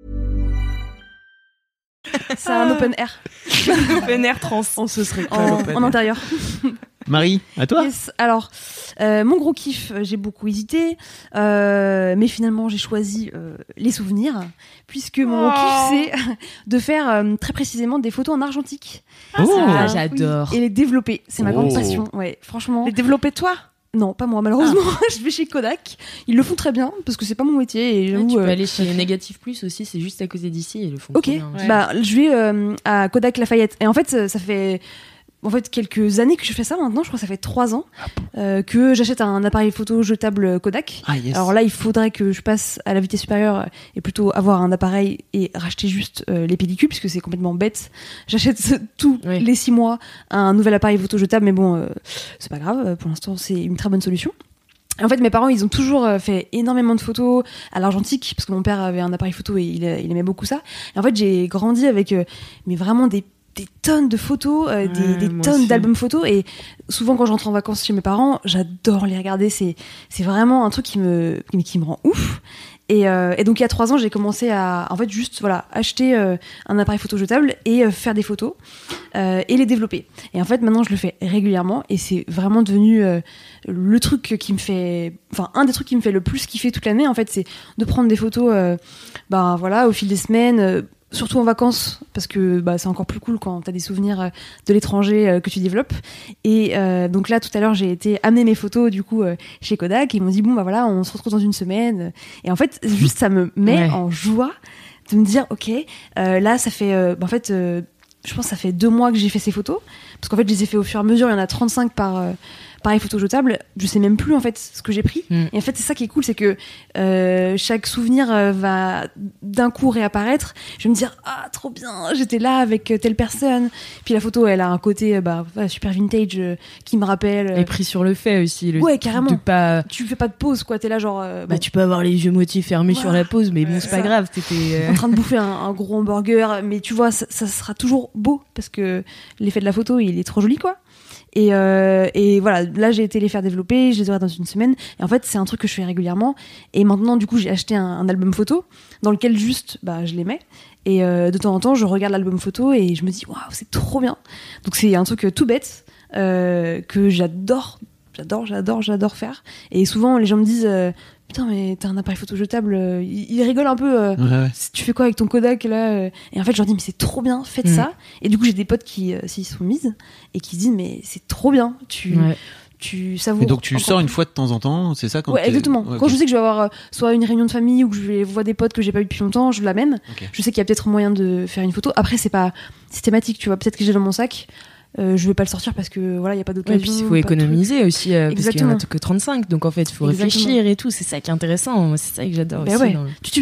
C'est un open air. Open air trans. On se serait En intérieur. Marie, à toi? Yes. Alors, mon gros kiff, j'ai beaucoup hésité, mais finalement j'ai choisi les souvenirs, puisque mon gros kiff c'est de faire très précisément des photos en argentique. Ah, j'adore. Oui, et les développer, c'est ma grande passion. Ouais, franchement. Les développer toi? Non, pas moi, malheureusement. Je vais chez Kodak. Ils le font très bien parce que c'est pas mon métier. Et tu peux aller chez Négatif Plus aussi, c'est juste à côté d'ici. Ils le font ok, trop bien. bah je vais à Kodak Lafayette. Et en fait, ça fait quelques années que je fais ça maintenant. Je crois que ça fait 3 ans que j'achète un appareil photo jetable Kodak. Ah, yes. Alors là, il faudrait que je passe à la vitesse supérieure et plutôt avoir un appareil et racheter juste les pellicules puisque c'est complètement bête. J'achète tous les 6 mois un nouvel appareil photo jetable, mais bon, c'est pas grave. Pour l'instant, c'est une très bonne solution. En fait, mes parents, ils ont toujours fait énormément de photos à l'argentique parce que mon père avait un appareil photo et il aimait beaucoup ça. Et en fait, j'ai grandi avec mais vraiment des tonnes de photos, des tonnes d'albums photos, et souvent quand je rentre en vacances chez mes parents, j'adore les regarder. C'est vraiment un truc qui me rend ouf. Et donc il y a 3 ans, j'ai commencé à en fait juste acheter un appareil photo jetable et faire des photos et les développer. Et en fait maintenant je le fais régulièrement et c'est vraiment devenu le truc qui me fait, enfin un des trucs qui me fait le plus kiffer toute l'année en fait, c'est de prendre des photos au fil des semaines. Surtout en vacances, parce que c'est encore plus cool quand t'as des souvenirs de l'étranger que tu développes. Et donc là, tout à l'heure, j'ai été amener mes photos du coup chez Kodak et ils m'ont dit on se retrouve dans une semaine. Et en fait, juste ça me met en joie de me dire ok, là ça fait je pense que ça fait 2 mois que j'ai fait ces photos, parce qu'en fait je les ai fait au fur et à mesure. Il y en a 35 par appareil photo jetable, je sais même plus en fait ce que j'ai pris. Et en fait c'est ça qui est cool, c'est que chaque souvenir va d'un coup réapparaître. Je vais me dire trop bien, j'étais là avec telle personne. Puis la photo elle a un côté super vintage qui me rappelle. Et pris sur le fait aussi. Ouais, carrément. Tu fais pas de pause quoi, t'es là genre. Tu peux avoir les yeux motifs fermés sur la pause, mais bon c'est pas grave. T'étais en train de bouffer un gros hamburger, mais tu vois ça sera toujours beau parce que l'effet de la photo il est trop joli quoi. Et voilà, là j'ai été les faire développer, je les aurai dans une semaine. Et en fait, c'est un truc que je fais régulièrement. Et maintenant, du coup, j'ai acheté un album photo dans lequel juste, je les mets. Et de temps en temps, je regarde l'album photo et je me dis, waouh, c'est trop bien. Donc c'est un truc tout bête que j'adore faire. Et souvent, les gens me disent, putain, mais t'as un appareil photo jetable. Ils rigolent un peu. Tu fais quoi avec ton Kodak là Et en fait, je leur dis, mais c'est trop bien, faites ça. Et du coup, j'ai des potes qui s'y sont mises et qui se disent, mais c'est trop bien. Tu savoures. Et donc tu sors une fois de temps en temps, c'est ça quand exactement. Quand je sais que je vais avoir soit une réunion de famille ou que je vais voir des potes que j'ai pas eu depuis longtemps, je l'amène. Je sais qu'il y a peut-être moyen de faire une photo. Après, c'est pas systématique, tu vois. Peut-être que j'ai dans mon sac. Je vais pas le sortir parce que il y a pas d'occasion. Et puis il faut éconiser aussi parce qu'il y en a que 35, donc en fait il faut réfléchir et tout. C'est ça qui est intéressant. Moi, c'est ça que j'adore aussi.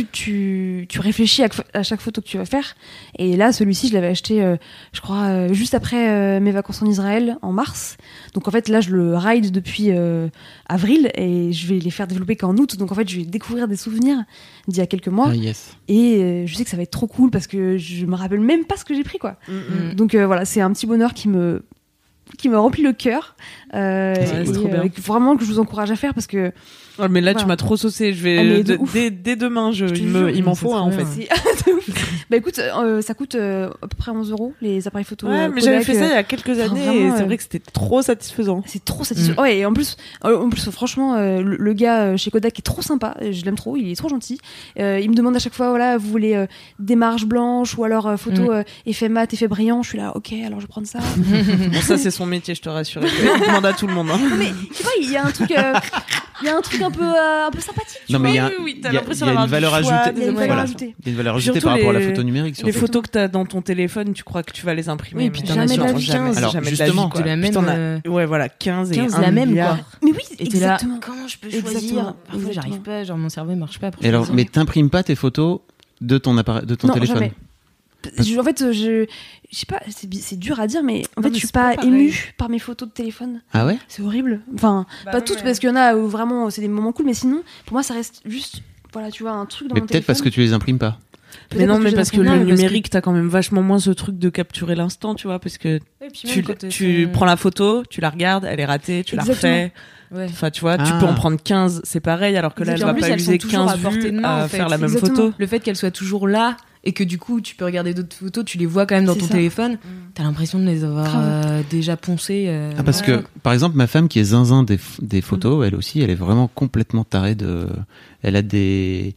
Tu réfléchis à chaque photo que tu vas faire. Et là, celui-ci, je l'avais acheté, je crois, juste après mes vacances en Israël en mars. Donc en fait là, je le ride depuis avril et je vais les faire développer qu'en août. Donc en fait, je vais découvrir des souvenirs d'il y a quelques mois. Et je sais que ça va être trop cool parce que je me rappelle même pas ce que j'ai pris quoi. Donc voilà, c'est un petit bonheur qui me remplit le cœur vraiment que je vous encourage à faire parce que mais là tu m'as trop saucé, je vais dès demain il m'en faut en fait. Écoute, ça coûte à peu près 11 € les appareils photo. Mais j'avais fait ça il y a quelques années et c'est vrai que c'était trop satisfaisant. C'est trop satisfaisant. Ouais, et en plus franchement le gars chez Kodak est trop sympa, je l'aime trop, il est trop gentil. Il me demande à chaque fois vous voulez des marges blanches ou alors photo effet mat, effet brillant. Je suis là OK, alors je vais prendre ça. Bon, ça c'est son métier, je te rassure. Il demande à tout le monde. Mais tu vois, il y a un truc un peu sympathique. Non, mais il y a une valeur ajoutée. Il y a une valeur ajoutée. Il y a une valeur ajoutée par rapport à la photo numérique. Les photos que t'as dans ton téléphone, tu crois que tu vas les imprimer. Oui, puis t'en as sur 15. Alors, justement, de la même. Ouais, voilà, 15 et 1 la même milliard. quoi. Mais oui, et t'es là, exactement. comment je peux choisir? Parfois, j'arrive pas, genre mon cerveau marche pas. Et alors, mais t'imprimes pas tes photos de ton téléphone? Jamais. En fait, je sais pas, c'est dur à dire, mais en fait, je suis pas émue par mes photos de téléphone. Ah ouais? C'est horrible. Enfin, pas toutes, parce qu'il y en a où vraiment c'est des moments cool, mais sinon, pour moi, ça reste juste, tu vois, un truc dans mon téléphone. Mais peut-être parce que tu les imprimes pas. Mais non, mais parce que le numérique, t'as quand même vachement moins ce truc de capturer l'instant, tu vois, parce que tu prends la photo, tu la regardes, elle est ratée, tu la refais. Enfin, tu vois, tu peux en prendre 15, c'est pareil, alors que là, elle va pas user 15 vues à faire la même photo. Le fait qu'elle soit toujours là, et que du coup tu peux regarder d'autres photos, tu les vois quand même dans ton téléphone, t'as l'impression de les avoir déjà poncées. Parce que par exemple ma femme qui est zinzin des photos, elle aussi elle est vraiment complètement tarée elle a des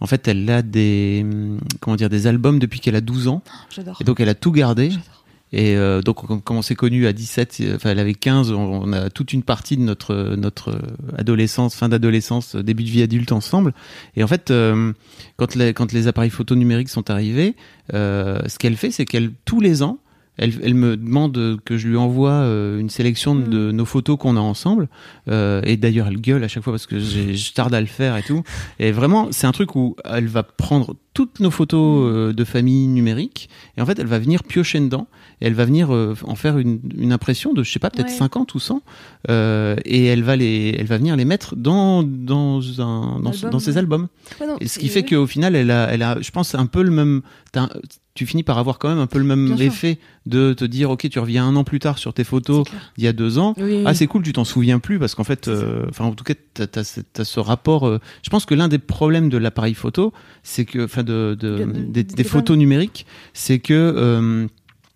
des albums depuis qu'elle a 12 ans. J'adore. Et donc elle a tout gardé. Et donc quand on s'est connus à 17, elle avait 15, on a toute une partie de notre adolescence, fin d'adolescence, début de vie adulte ensemble. Et en fait, quand les appareils photo numériques sont arrivés, ce qu'elle fait, c'est qu'elle tous les ans, elle me demande que je lui envoie une sélection de nos photos qu'on a ensemble. Et d'ailleurs, elle gueule à chaque fois parce que je tarde à le faire et tout. Et vraiment, c'est un truc où elle va prendre toutes nos photos de famille numériques, et en fait, elle va venir piocher dedans, et elle va venir en faire une impression de, je sais pas, peut-être 50 ou 100, et elle va venir les mettre dans ses albums. Ouais, non, et ce qui fait qu'au final, elle a, je pense, un peu le même. Tu finis par avoir quand même un peu le même effet de te dire, ok, tu reviens un an plus tard sur tes photos d'il y a 2 ans. Oui. Ah, c'est cool, tu t'en souviens plus parce qu'en fait, en tout cas, t'as ce rapport. Je pense que l'un des problèmes de l'appareil photo, c'est que, des photos numériques, c'est que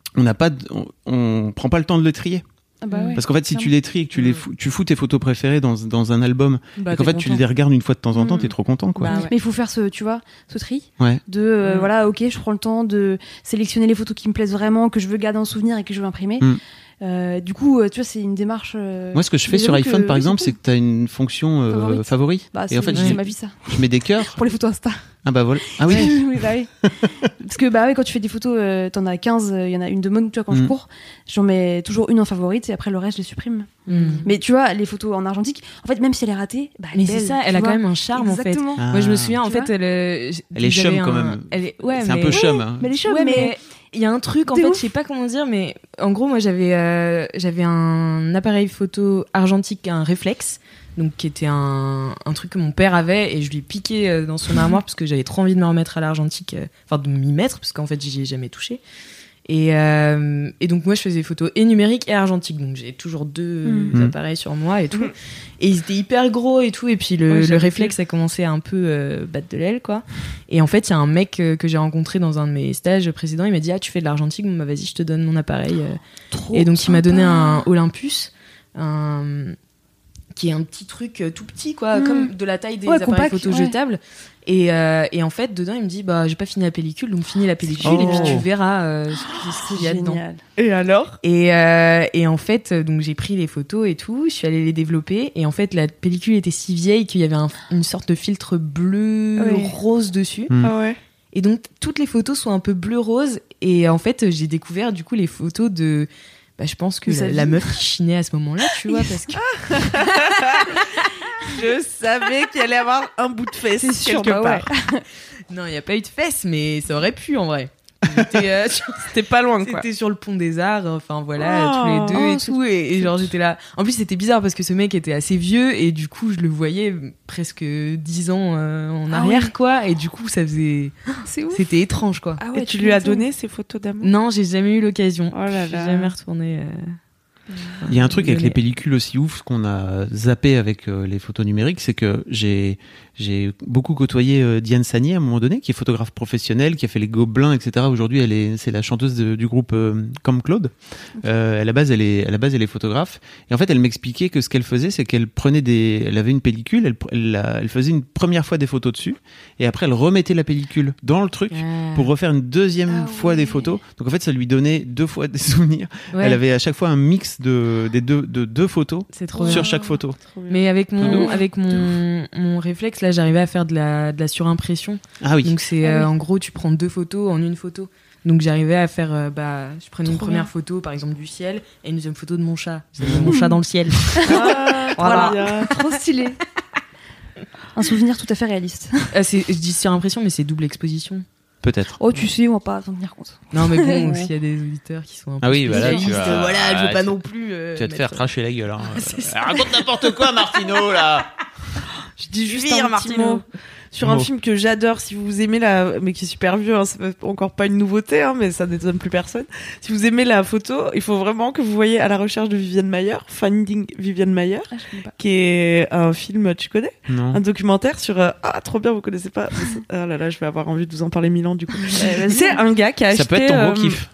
on prend pas le temps de le trier. Ah bah ouais, parce qu'en fait, si tu les tries et que tu fous tes photos préférées dans un album, et qu'en fait tu les regardes une fois de temps en temps, t'es trop content, quoi. Bah ouais. Mais il faut faire ce tri de voilà, ok, je prends le temps de sélectionner les photos qui me plaisent vraiment, que je veux garder en souvenir et que je veux imprimer. Du coup, tu vois, c'est une démarche. Moi, ce que je fais sur iPhone, par exemple, c'est que t'as une fonction favori. Bah, et en fait, c'est ma vie, ça. Je mets des cœurs pour les photos Insta. Ah bah voilà. Ah oui. Oui, bah oui. Parce que bah oui, quand tu fais des photos, t'en as 15, il y en a une de mode, tu vois, quand je cours, j'en mets toujours une en favorite et après le reste je les supprime. Mais tu vois, les photos en argentique, en fait, même si elle est ratée, bah elle est belle, c'est ça, elle a quand même un charme. Exactement. En fait. Moi je me souviens, en fait, elle est chum quand même. C'est un peu chum. Hein. Mais elle est chum, mais il y a un truc, en fait, je sais pas comment dire, mais en gros, moi j'avais un appareil photo argentique, un réflexe. Donc qui était un truc que mon père avait et je lui ai piqué dans son armoire parce que j'avais trop envie de me remettre à l'argentique, de m'y mettre parce qu'en fait j'y ai jamais touché. Et donc moi je faisais des photos et numériques et argentiques, donc j'ai toujours 2 appareils sur moi et tout. Et ils étaient hyper gros et tout, et puis le réflexe a commencé à un peu battre de l'aile, quoi. Et en fait il y a un mec que j'ai rencontré dans un de mes stages précédents, il m'a dit tu fais de l'argentique, bon bah vas-y je te donne mon appareil. Et donc il m'a donné un Olympus, qui est un petit truc tout petit, quoi, comme de la taille des appareils photo jetables. Et en fait, dedans, il me dit, j'ai pas fini la pellicule, donc finis la pellicule et puis tu verras ce qu'il y a dedans. Et alors ? Et en fait, donc j'ai pris les photos et tout, je suis allée les développer, et en fait, la pellicule était si vieille qu'il y avait une sorte de filtre bleu-rose dessus. Ah ouais. Et donc, toutes les photos sont un peu bleu-rose, et en fait, j'ai découvert, du coup, les photos de... je pense que la meuf qui chinait à ce moment-là, tu vois, parce que... Je savais qu'il allait avoir un bout de fesse quelque part. Non, il n'y a pas eu de fesse, mais ça aurait pu, en vrai. C'était pas loin, quoi. C'était sur le pont des Arts, enfin voilà, tous les deux et tout. Et genre, j'étais là. En plus, c'était bizarre parce que ce mec était assez vieux et du coup, je le voyais presque 10 ans en arrière, quoi. Et du coup, ça faisait. C'est ouf. C'était étrange, quoi. Ah ouais, et tu lui as donné ces photos d'amour ? Non, j'ai jamais eu l'occasion. Oh là là. J'ai jamais retourné. Il y a un truc avec les pellicules aussi ouf qu'on a zappé avec les photos numériques, c'est que j'ai beaucoup côtoyé Diane Sagné à un moment donné, qui est photographe professionnelle, qui a fait les Gobelins, etc. Aujourd'hui, c'est la chanteuse du groupe Comme Claude. À la base, elle est photographe. Et en fait, elle m'expliquait que ce qu'elle faisait, c'est qu'elle elle avait une pellicule, elle faisait une première fois des photos dessus, et après, elle remettait la pellicule dans le truc pour refaire une deuxième fois des photos. Donc en fait, ça lui donnait 2 fois des souvenirs. Ouais. Elle avait à chaque fois un mix de deux photos sur chaque photo. Mais avec mon réflexe, là, j'arrivais à faire de la surimpression. Ah oui. Donc c'est en gros, tu prends 2 photos en une photo. Donc j'arrivais à faire, je prenais une première photo, par exemple du ciel, et une deuxième photo de mon chat. J'avais mon chat dans le ciel. Voilà. Trop stylé. Un souvenir tout à fait réaliste. Je dis surimpression, mais c'est double exposition. Peut-être. Oh, tu sais, on va pas s'en tenir compte. Non, mais bon, s'il y a des auditeurs qui sont un peu spécialistes, je veux pas non plus. Tu vas te faire cracher la gueule. Hein. Raconte n'importe quoi, Martino, là. Je dis juste un petit mot sur un film que j'adore. Si vous aimez mais qui est super vieux, hein, c'est encore pas une nouveauté, hein, mais ça n'étonne plus personne. Si vous aimez la photo, il faut vraiment que vous voyez À la recherche de Viviane Mayer, Finding Viviane Mayer, qui est un film, tu connais ? Non. Un documentaire sur trop bien, vous connaissez pas. Ah là là, je vais avoir envie de vous en parler 1000 ans du coup. C'est un gars qui a acheté. Ça peut être ton gros kiff.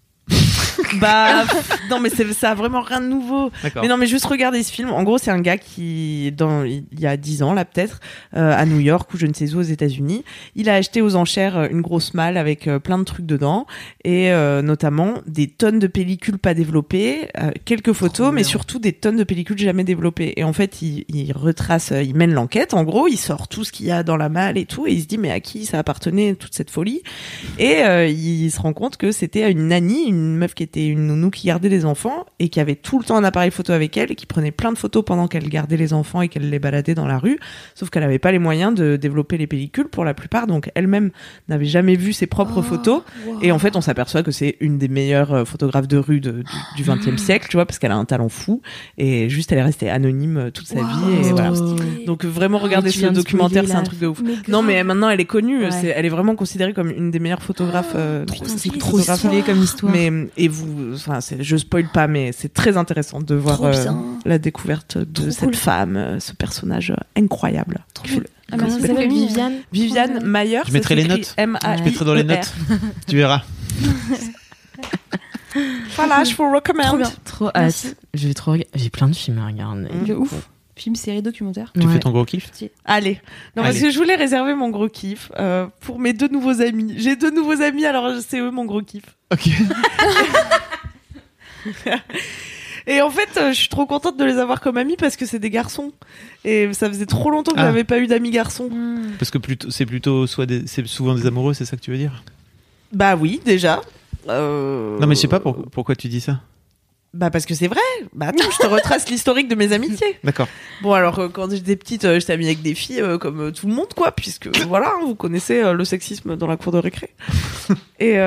Non, mais ça a vraiment rien de nouveau. D'accord. Mais non, mais juste regardez ce film. En gros, c'est un gars qui, il y a 10 ans, là, peut-être, à New York ou je ne sais où aux États-Unis, il a acheté aux enchères une grosse malle avec plein de trucs dedans et notamment des tonnes de pellicules pas développées, quelques photos, mais surtout des tonnes de pellicules jamais développées. Et en fait, il retrace, il mène l'enquête. En gros, il sort tout ce qu'il y a dans la malle et tout, et il se dit mais à qui ça appartenait toute cette folie. Et il se rend compte que c'était à une nanny, une meuf qui était avait une nounou qui gardait les enfants et qui avait tout le temps un appareil photo avec elle et qui prenait plein de photos pendant qu'elle gardait les enfants et qu'elle les baladait dans la rue. Sauf qu'elle n'avait pas les moyens de développer les pellicules pour la plupart, donc elle-même n'avait jamais vu ses propres photos. Wow. Et en fait, on s'aperçoit que c'est une des meilleures photographes de rue du XXe siècle, tu vois, parce qu'elle a un talent fou et juste elle est restée anonyme toute sa vie. Et voilà. Donc vraiment, regardez ce documentaire, c'est un truc de ouf. Non, mais maintenant elle est connue, elle est vraiment considérée comme une des meilleures photographes. C'est trop stylé comme histoire. Et vous, enfin, je spoil pas, mais c'est très intéressant de voir la découverte de cette femme, ce personnage incroyable. Comment ça s'appelle? Viviane Mayer. Je mettrai les notes. Je mettrai dans les notes. Tu verras. Voilà, je vous recommande. Trop hâte. J'ai plein de films à regarder. De ouf. Film, série, documentaire. Tu fais ton gros kiff? Allez. Non, parce que je voulais réserver mon gros kiff pour mes 2 nouveaux amis. J'ai 2 nouveaux amis, alors c'est eux mon gros kiff. Ok. Et en fait, je suis trop contente de les avoir comme amis parce que c'est des garçons. Et ça faisait trop longtemps que j'avais pas eu d'amis garçons. Parce que c'est souvent des amoureux, c'est ça que tu veux dire? Bah oui, déjà. Non, mais je sais pas pourquoi tu dis ça. Bah parce que c'est vrai. Bah attends, je te retrace l'historique de mes amitiés. D'accord. Bon alors quand j'étais petite, j'étais amie avec des filles comme tout le monde quoi, puisque voilà, vous connaissez le sexisme dans la cour de récré. Et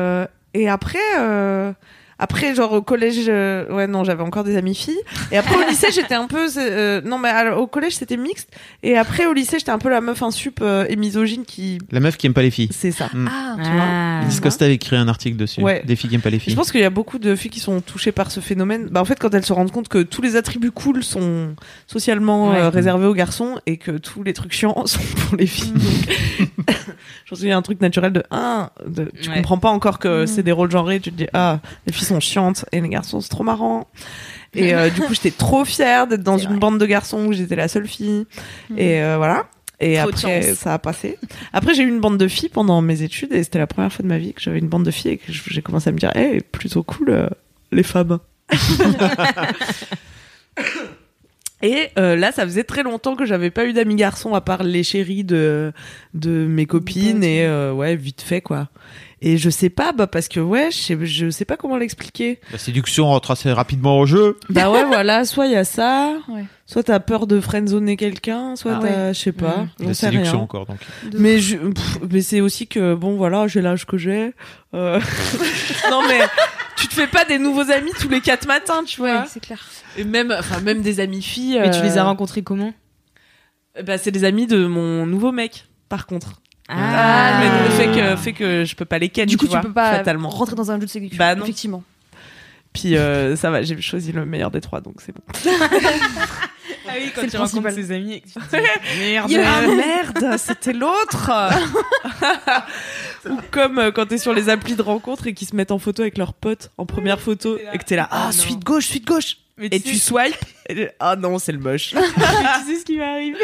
après genre au collège, j'avais encore des amies filles. Et après au lycée, j'étais un peu au collège c'était mixte. Et après au lycée, j'étais un peu la meuf insup et misogyne qui. La meuf qui aime pas les filles. C'est ça. Tu vois. Liz Costa avait écrit un article dessus. Ouais. Des filles qui aiment pas les filles. Je pense qu'il y a beaucoup de filles qui sont touchées par ce phénomène. Bah en fait, quand elles se rendent compte que tous les attributs cool sont socialement réservés aux garçons et que tous les trucs chiants sont pour les filles. Donc, je pense qu'il y a un truc naturel tu comprends pas encore que c'est des rôles genrés. Tu te dis les filles sont chiantes et les garçons c'est trop marrant. Et du coup, j'étais trop fière d'être dans une bande de garçons où j'étais la seule fille. Et voilà. Et trop après, ça a passé. Après, j'ai eu une bande de filles pendant mes études et c'était la première fois de ma vie que j'avais une bande de filles et que j'ai commencé à me dire, plutôt cool, les femmes. Et là, ça faisait très longtemps que j'avais pas eu d'amis garçons à part les chéris de mes copines et vite fait quoi. Et je sais pas, parce que je sais pas comment l'expliquer. La séduction rentre assez rapidement au jeu. Bah ouais, voilà, soit il y a ça, soit t'as peur de friendzoner quelqu'un, soit je sais pas. La séduction rien. Encore donc. Mais mais c'est aussi que bon voilà, j'ai l'âge que j'ai. Non mais tu te fais pas des nouveaux amis tous les 4 matins, tu vois. Ouais, c'est clair. Et même des amis filles. Mais tu les as rencontrés comment? Bah c'est des amis de mon nouveau mec, par contre. Mais le fait que je peux pas les ken, du coup tu peux pas fatalement rentrer dans un jeu de séduction. Bah non. Effectivement. Puis ça va, j'ai choisi le meilleur des 3 donc c'est bon. Ah oui, quand tu rencontres ses amis et que tu te dis merde, c'était l'autre. Ou comme quand t'es sur les applis de rencontre et qu'ils se mettent en photo avec leurs potes en première photo et que t'es là suite gauche et tu swipes et non c'est le moche. Tu sais ce qui m'arrive?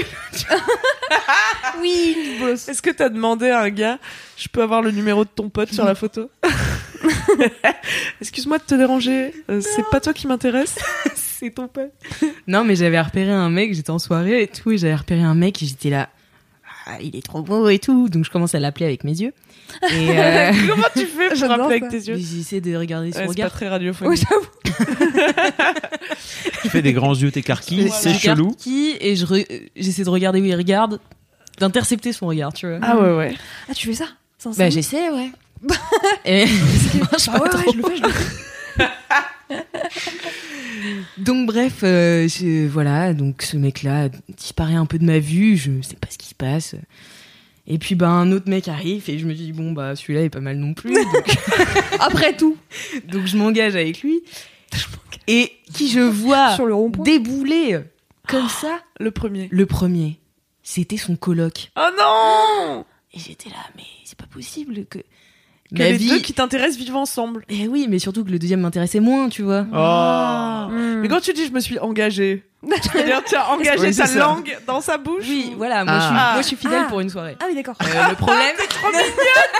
Oui, est-ce que t'as demandé à un gars, je peux avoir le numéro de ton pote sur la photo? Excuse-moi de te déranger, c'est pas toi qui m'intéresse. C'est ton pote. Non mais j'avais repéré un mec, j'étais en soirée et tout et j'avais repéré un mec et j'étais là, il est trop beau et tout, donc je commence à l'appeler avec mes yeux. Et comment tu fais pour appeler avec tes yeux? J'essaie de regarder son regard. C'est pas très radiophonique. Ouais, j'avoue. Tu fais des grands yeux t'écarquillent, c'est chelou. Et j'essaie de regarder où il regarde, d'intercepter son regard, tu vois. Ah ouais. Ah tu fais ça? Bah j'essaie, ouais. Et ça marche pas trop. Je le fais. Donc bref, voilà, donc ce mec-là disparaît un peu de ma vue, je sais pas ce qui se passe. Et puis un autre mec arrive et je me dis bon celui-là est pas mal non plus. Donc... Après tout. Donc je m'engage avec lui. Et qui je vois sur le rond-point débouler comme ça. Le premier, c'était son coloc. Oh non! Et j'étais là, mais c'est pas possible que les deux qui t'intéressent vivent ensemble. Et oui, mais surtout que le deuxième m'intéressait moins, tu vois. Mais quand tu dis je me suis engagée, tu veux dire tu as engagé ta langue dans sa bouche? Oui, voilà, moi je suis fidèle pour une soirée. Ah oui, d'accord. Le problème, c'est trop mignon.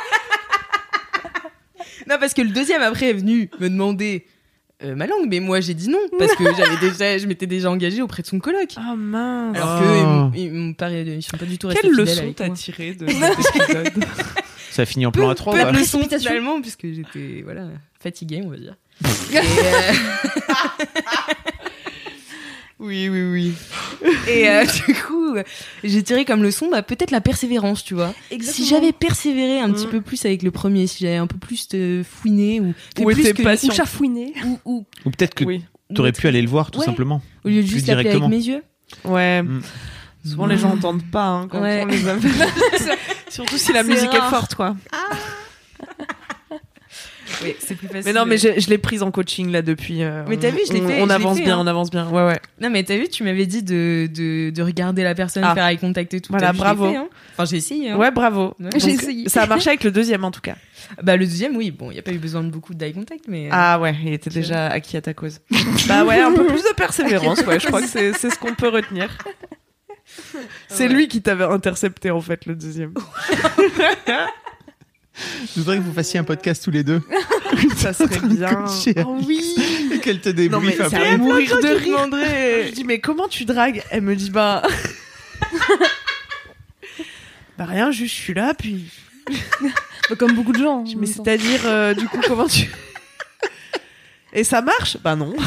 Non, parce que le deuxième après est venu me demander ma langue, mais moi j'ai dit non parce que je m'étais déjà engagée auprès de son coloc. Ah mince. Alors que ils sont pas du tout restés fidèles. Quelle leçon t'as tiré de cet épisode? Ça a fini en plan A3. Peu de leçon finalement puisque j'étais fatiguée, on va dire. Oui. Et du coup, j'ai tiré comme leçon peut-être la persévérance, tu vois. Exactement. Si j'avais persévéré un petit peu plus avec le premier, si j'avais un peu plus fouiné ou été plus patient. Ou chafouiner. ou Ou peut-être que t'aurais pu aller le voir tout Ouais. simplement. au lieu de juste l'appeler avec directement. mes yeux. Ouais. Mm. Souvent, les gens n'entendent pas hein, quand Ouais. on les appelle. Surtout si la C'est musique rare. est forte, quoi. Oui, c'est plus facile. Mais non, mais je l'ai prise en coaching là depuis. Mais t'as vu, je l'ai fait, On je l'ai avance fait, bien, hein. on avance bien. Ouais. Non, mais t'as vu, tu m'avais dit de regarder la personne, Ah. faire eye contact et tout. Voilà, T'as vu, je l'ai bravo. fait, hein. Enfin, j'ai essayé. Hein. Ouais, bravo. Ouais. Donc, J'ai essayé. Ça a marché avec le deuxième en tout cas. Bah, le deuxième, oui, bon, il n'y a pas eu besoin de beaucoup d'eye contact, mais. Ah ouais, il était déjà acquis à ta cause. Bah ouais, un peu plus de persévérance, ouais, je crois que c'est ce qu'on peut retenir. C'est lui qui t'avait intercepté en fait, le deuxième. Je voudrais que vous fassiez un podcast tous les deux. Ça serait bien. coacher Oh oui. Et qu'elle te Non mais débriefe ça après. va mourir de qui rire. demanderaient. Je dis mais comment tu dragues? Elle me dit bah rien, juste je suis là puis Comme beaucoup de gens. mais c'est-à-dire du coup comment tu et ça marche? Bah non.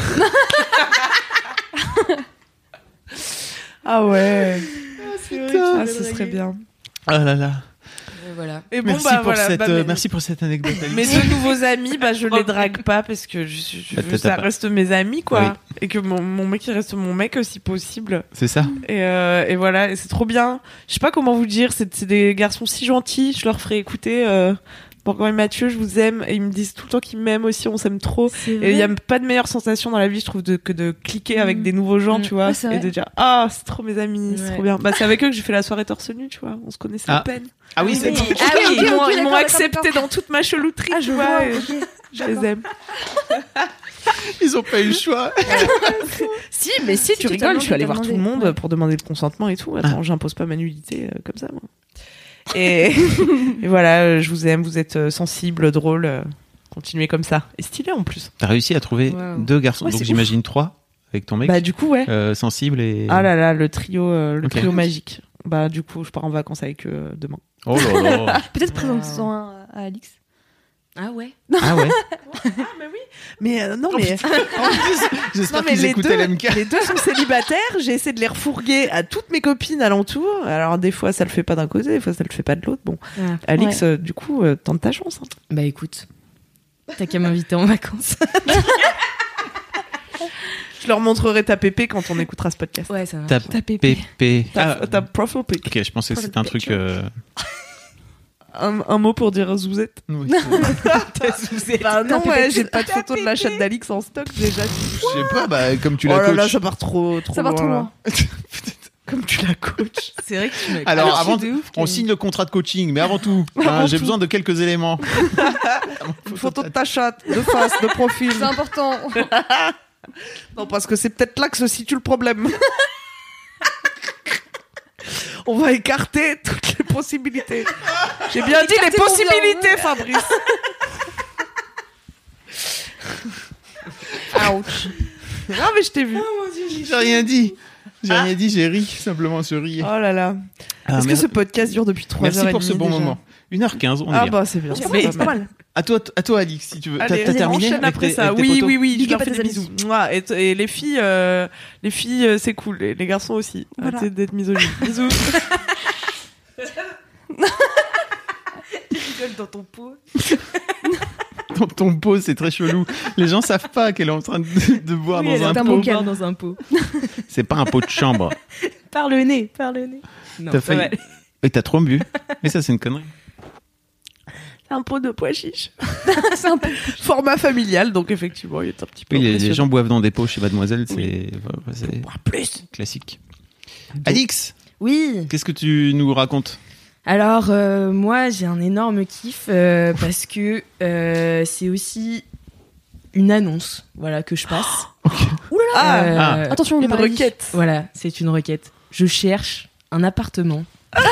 Ah ouais. Ah ce serait bien. Ah là là. Voilà. Et bon Merci, bah pour voilà. cette, bah, mais- merci pour cette anecdote. Alice. Mes deux nouveaux amis, bah je les drague pas parce que ça reste mes amis quoi, Oui. et que mon mec il reste mon mec aussi possible. C'est ça. Et voilà, et c'est trop bien. Je sais pas comment vous dire, c'est des garçons si gentils. Je leur ferai écouter. Morgan et Mathieu, je vous aime, et ils me disent tout le temps qu'ils m'aiment aussi. On s'aime trop. Et il y a pas de meilleure sensation dans la vie, je trouve, que de cliquer avec des nouveaux gens, tu vois, Ouais, c'est et vrai. de dire ah c'est trop mes amis, c'est Ouais. trop bien. Bah c'est avec eux que j'ai fait la soirée torse nu, tu vois. On se connaissait à Ah. peine. Ah oui, c'est Ah oui, Ils m'ont d'accord, accepté d'accord. dans toute ma chelouterie, Ah, tu je vois. vois, et ok. Je les aime. ils ont pas eu le choix. Si, mais si, tu tu rigoles, t'as je suis allée demandé, voir t'as tout le demandé, monde ouais. pour demander le consentement et tout. Attends, j'impose pas ma nudité comme ça, moi. Et, et voilà, je vous aime, vous êtes sensible, drôle. Continuez comme ça. Et stylé en plus. T'as réussi à trouver Wow. 2 garçons, Ouais, donc c'est j'imagine 3 avec ton mec. Bah, du coup, ouais. Sensible et. Ah là là, le trio Ok. magique. Bah, du coup, je pars en vacances avec eux demain. Oh là là. Peut-être présente-en un à Alix. Ah ouais. Ah ouais. Mais non, mais. J'espère Non, mais qu'ils écoutaient deux, l'MK. les deux sont célibataires. J'ai essayé de les refourguer à toutes mes copines alentour. Alors, des fois, ça le fait pas d'un côté, des fois, ça le fait pas de l'autre. Bon, Ah. Alix, du coup, tente ta chance. Hein. Bah écoute, t'as qu'à m'inviter en vacances. Je leur montrerai ta pépé quand on écoutera ce podcast. Ouais, ça va. Ta pépé. pépé. Ta profile pic. Ok, je pensais que c'était un truc. Un mot pour dire zouzette. Oui, Bah non, Ta ouais, pépé. j'ai pas de photo de la chatte d'Alix en stock déjà. je sais pas, bah, comme tu Oh la là là, coaches. ça part trop Ça part trop là. loin. Comme tu la coaches. C'est vrai que tu m'as. Alors, avant, c'est de ouf, on que- signe le contrat de coaching, mais avant tout, j'ai besoin de quelques éléments. Une photo de ta chatte, de face, de profil. C'est important. Non, parce que c'est peut-être là que se situe le problème. On va écarter toutes les possibilités. J'ai bien dit les Écarter ton possibilités, Fabrice. Ouch. Non, mais je t'ai vu. J'ai rien dit. J'ai rien dit, j'ai ri. Simplement, je riais. Oh là là. Est-ce que ce podcast dure depuis 3 heures Merci et pour ce demie, bon déjà moment. 1h15, on est Ah bien. bah c'est bien. Mais c'est pas mal. À toi, Alix, si tu veux. Allez, T'as terminé enchaîne avec après tes- ça. avec tes Oui, potos oui, oui. Je Big leur up fais à des tes bisous. Mouah. Et les filles, c'est cool. Et les garçons aussi. Voilà. Arrêtez d'être misogynes. Bisous. Tu rigoles dans ton pot. Dans ton pot, c'est très chelou. Les gens savent pas qu'elle est en train de boire Oui, dans elle un est pot. boire dans un pot. C'est pas un pot de chambre. Par le nez, par le nez. Non, T'as ça va. failli. Et t'as trop bu. Mais ça, c'est une connerie. C'est un pot de pois chiche. C'est un peu. Format familial, donc effectivement, il est un petit peu. Oui, les impressionnant. gens boivent dans des pots chez Mademoiselle, c'est Boire plus. classique. Alix, Oui. qu'est-ce que tu nous racontes? Alors, moi, j'ai un énorme kiff parce que c'est aussi une annonce, voilà, que je passe. Ah, Attention, une on paradis. requête. Voilà, c'est une requête. Je cherche un appartement.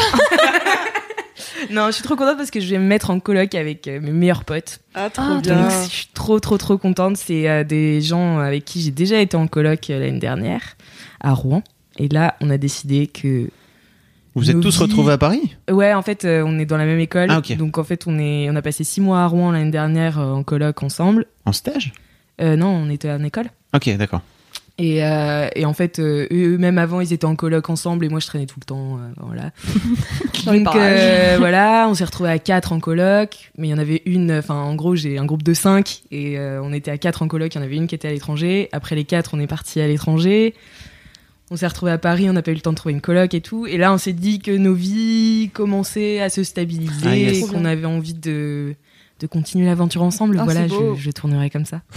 Non, je suis trop contente parce que je vais me mettre en coloc avec mes meilleurs potes. Ah, trop Ah, bien. Donc, je suis trop contente. C'est des gens avec qui j'ai déjà été en coloc l'année dernière à Rouen. Et là, on a décidé que Vous êtes nos tous vies- retrouvés à Paris? Ouais, en fait, on est dans la même école. Ah, ok. Donc, en fait, on a passé 6 mois à Rouen l'année dernière en coloc ensemble. En stage? Non, on était en école. Ok, d'accord. Et en fait, eux-mêmes avant, ils étaient en coloc ensemble et moi, je traînais tout le temps. Voilà. Donc, voilà, on s'est retrouvés à 4 en coloc. Mais il y en avait une, enfin, en gros, j'ai un groupe de 5 et on était à 4 en coloc. Il y en avait une qui était à l'étranger. Après les 4, on est partis à l'étranger. On s'est retrouvés à Paris, on n'a pas eu le temps de trouver une coloc et tout. Et là, on s'est dit que nos vies commençaient à se stabiliser et qu'on avait envie de continuer l'aventure ensemble. Voilà, je tournerai comme ça.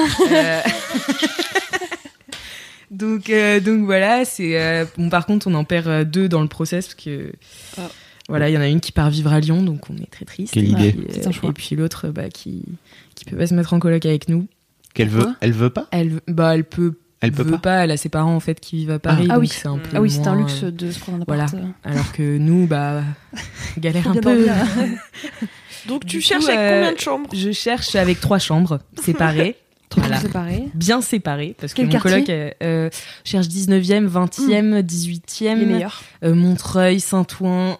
Donc voilà, c'est bon. Par contre, on en perd 2 dans le process parce que voilà, il y en a une qui part vivre à Lyon, donc on est très triste. Quelle idée. C'est un choix. Et puis l'autre, qui peut pas se mettre en coloc avec nous. Elle veut pas. Elle peut pas. Elle a ses parents en fait qui vivent à Paris. Donc c'est un peu c'est un luxe de se prendre un appart. Voilà. Alors que nous, galère un peu. Donc tu cherches avec combien de chambres? Je cherche avec 3 chambres séparées. Voilà. Bien séparées, parce que mon coloc cherche 19e, 20e, 18e, les meilleurs. Montreuil, Saint-Ouen,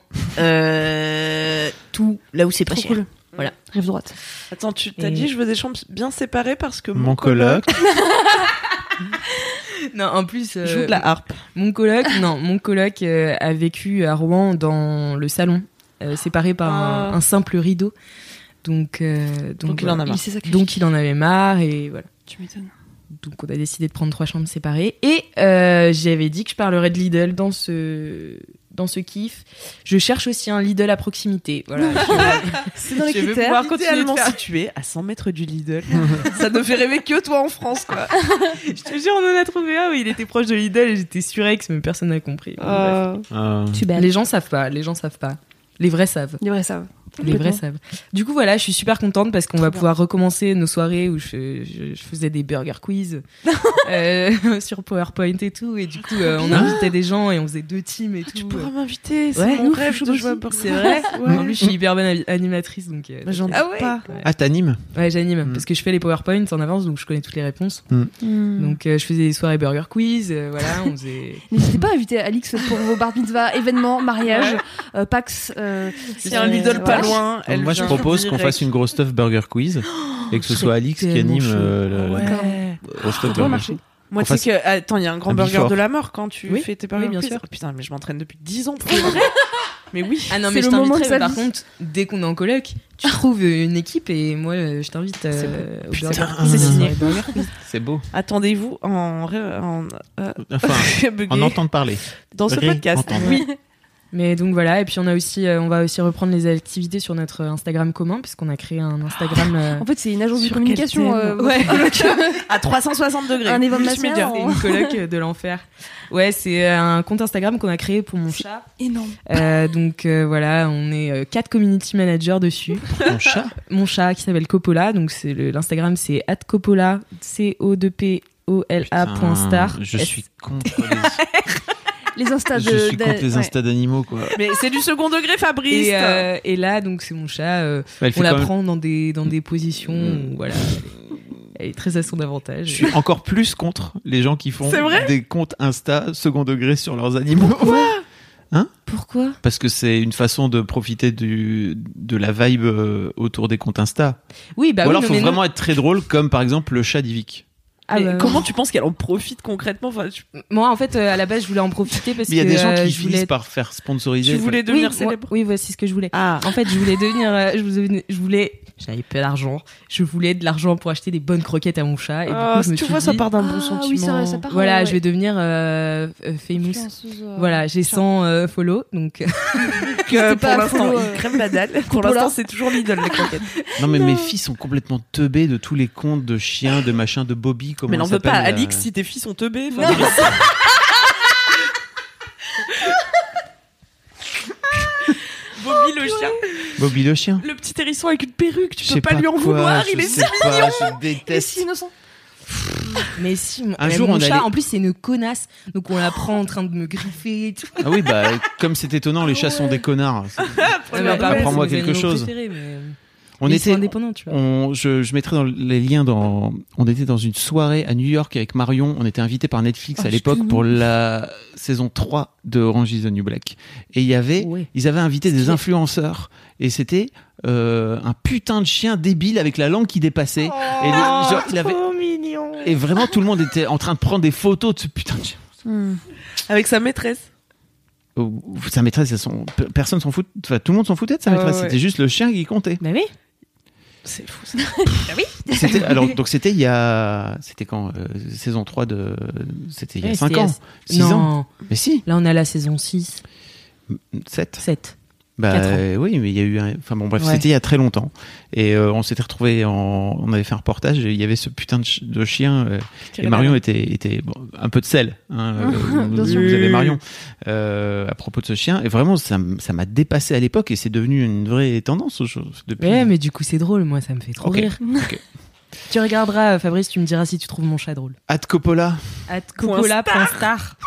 tout là où c'est pas cher. Cool. Voilà. Rive droite. Attends, tu t'as dit je veux des chambres bien séparées parce que mon coloc. Non, en plus joue de la harpe. Mon coloc a vécu à Rouen dans le salon, séparé par un simple rideau. Donc il en a marre. Donc il en avait marre et voilà. Tu m'étonnes. Donc on a décidé de prendre 3 chambres séparées et j'avais dit que je parlerais de Lidl dans ce kiff. Je cherche aussi un Lidl à proximité. Voilà. C'est dans les Je veux critères. pouvoir continuer de situé à 100 mètres du Lidl. Ça ne fait rêver que toi en France, quoi. Je te jure, on en a trouvé un où il était proche de Lidl et j'étais surex, mais personne n'a compris. Les gens savent pas. Les vrais savent. Les vrais savent. Du coup, voilà, je suis super contente parce qu'on va pouvoir recommencer nos soirées où je faisais des burger quiz sur PowerPoint et tout. Et du coup, on invitait des gens et on faisait 2 teams et tout. Tu pourras m'inviter, c'est mon rêve de jouer à burger. C'est vrai. En plus, je suis hyper bonne animatrice. Donc, j'en doute pas. Ah, t'animes? Ouais, j'anime. Parce que je fais les PowerPoint en avance, donc je connais toutes les réponses. Donc, je faisais des soirées burger quiz. Voilà, on faisait... N'hésitez pas à inviter Alix pour vos bar mitzvah, événements, mariages, Pax. C'est un Lidl pas loin. Moi, je propose qu'on fasse une grosse stuff burger quiz et que ce soit Alix qui anime le grosse stuff burger. Moi, tu sais que attends, il y a un grand burger before. de la mort quand tu fais tes burgers. Oui, bien sûr. Putain, mais je m'entraîne depuis 10 ans. Mais oui. Ah non, mais je t'inviterai. Mais par contre, dès qu'on est en coloc, tu trouves une équipe et moi, je t'invite au burger. C'est signé. C'est beau. Attendez-vous en entendre parler. Dans ce podcast. Oui. Mais donc voilà, et puis on va aussi reprendre les activités sur notre Instagram commun, puisqu'on a créé un Instagram. En fait, c'est une agence de communication à 360 degrés. Un événement média. C'est une coloc de l'enfer. Ouais, c'est un compte Instagram qu'on a créé pour mon chat. Énorme. Donc voilà, on est 4 community managers dessus. Mon chat qui s'appelle Coppola, donc l'Instagram c'est @Coppola, COPOLA.star. Je suis contre les instas je suis contre les instas d'animaux, quoi. Mais c'est du second degré, Fabrice. Et là, donc c'est mon chat. On la prend dans des positions où, voilà. Elle est très à son avantage. Je suis encore plus contre les gens qui font des comptes Insta second degré sur leurs animaux. Pourquoi Pourquoi ? Parce que c'est une façon de profiter de la vibe autour des comptes Insta. Oui, bah ou alors il faut vraiment être très drôle, comme par exemple le chat d'Ivic. Comment tu penses qu'elle en profite concrètement? Moi, en fait, à la base, je voulais en profiter parce que il y a des gens qui finissent par faire sponsoriser. Tu voulais devenir célèbre? Oui, voici ce que je voulais. En fait, je voulais devenir. J'avais pas d'argent. Je voulais de l'argent pour acheter des bonnes croquettes à mon chat. Et du coup, je me suis dit, ça part d'un bon sentiment. Oui, ça part, voilà, je vais devenir famous. Voilà, j'ai 100 follow, donc. Pour l'instant, il crème la dalle. Pour l'instant, c'est toujours Lidl les croquettes. Non, mais mes filles sont complètement teubées de tous les comptes de chiens, de machin, de Bobby. Mais n'en veux pas, Alix, si tes filles sont teubées. Bobby le chien. Bobby le chien. Le petit hérisson avec une perruque, tu peux pas lui en vouloir, il est si mignon. Je déteste. Si innocent. Mais si, un jour mon chat, en plus c'est une connasse, donc on la prend en train de me griffer et tout. Ah oui, bah comme c'est étonnant, les chats sont des connards. Apprends-moi quelque chose. Ils sont indépendants, tu vois. Je mettrai dans les liens on était dans une soirée à New York avec Marion. On était invité par Netflix à l'époque pour la saison 3 de Orange is the New Black. Et ils avaient invité des influenceurs. Et c'était un putain de chien débile avec la langue qui dépassait. Trop mignon. Et vraiment, tout le monde était en train de prendre des photos de ce putain de chien. Avec sa maîtresse. Sa maîtresse, personne s'en fout. Enfin, tout le monde s'en foutait de sa maîtresse. C'était juste le chien qui comptait. Bah oui. C'est fou ça. Bah oui. C'était il y a. C'était quand saison 3 de. C'était il y a 5 ans. 6 ans. Mais si. Là, on est à la saison 6. 7. Oui, mais il y a eu enfin bon bref, c'était il y a très longtemps et on s'était retrouvés on avait fait un reportage et il y avait ce putain de chien et Marion était un peu de sel vous avez Marion à propos de ce chien et vraiment ça m'a dépassé à l'époque et c'est devenu une vraie tendance depuis. Ouais, mais du coup c'est drôle, moi ça me fait trop rire. Okay. Tu regarderas, Fabrice, tu me diras si tu trouves mon chat drôle. @Coppola. @Coppola.star.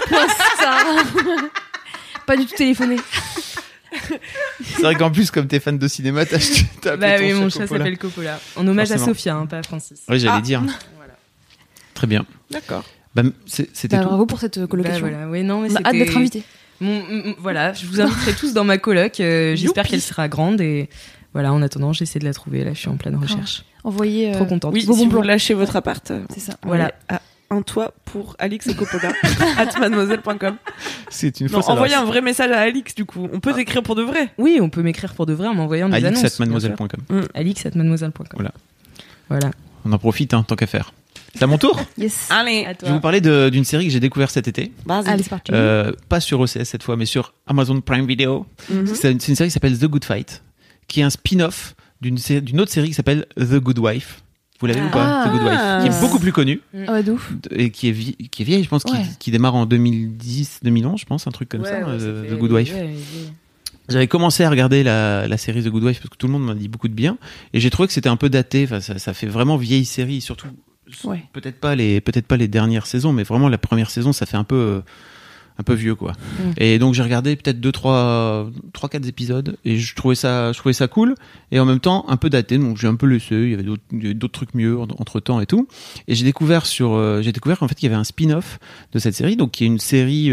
Pas du tout téléphoné. C'est vrai qu'en plus, comme t'es fan de cinéma, t'as appelé Bah oui, ton mon chat chat Coppola. s'appelle Coppola. En hommage Forcément. à Sophia, pas à Francis. Oui, j'allais dire. Voilà. Très bien. D'accord. C'était tout. Bravo pour cette colocation. Voilà. Oui, non, mais On a hâte d'être invité. Voilà, je vous inviterai tous dans ma coloc. J'espère qu'elle sera grande et voilà. En attendant, j'essaie de la trouver. Là, je suis en pleine recherche. Envoyez. Trop contente. Oui, si vous lâchez votre appart. C'est ça. Voilà. À un toit pour Alix et Coppola @mademoiselle.com. C'est une Non, fausse envoyez adresse. un vrai message à Alix du coup. On peut t'écrire pour de vrai. Oui, on peut m'écrire pour de vrai en m'envoyant des annonces. Alix@mademoiselle.com. Alix@mademoiselle.com. Voilà. On en profite, tant qu'à faire. C'est à mon tour. Yes. Allez. À Je vais vous toi. parler d'une série que j'ai découverte cet été. Allez, c'est parti. Pas sur OCS cette fois, mais sur Amazon Prime Video. Mhm. C'est une série qui s'appelle The Good Fight, qui est un spin-off d'une autre série qui s'appelle The Good Wife. Vous l'avez ou pas, The Good Wife, qui est beaucoup plus connue Ah ouais, de ouf. et qui est vieille, je pense, Ouais. qui démarre en 2010-2011, je pense, un truc comme ça, The Good Wife. J'avais commencé à regarder la série The Good Wife parce que tout le monde m'a dit beaucoup de bien et j'ai trouvé que c'était un peu daté. Enfin, ça fait vraiment vieille série, surtout peut-être pas les dernières saisons, mais vraiment la première saison, ça fait un peu vieux quoi. Et donc j'ai regardé peut-être 3-4 épisodes et je trouvais ça cool et en même temps un peu daté, donc j'ai un peu laissé. Il y avait d'autres trucs mieux entre temps et tout. Et j'ai découvert qu'en fait il y avait un spin-off de cette série, donc qui est une série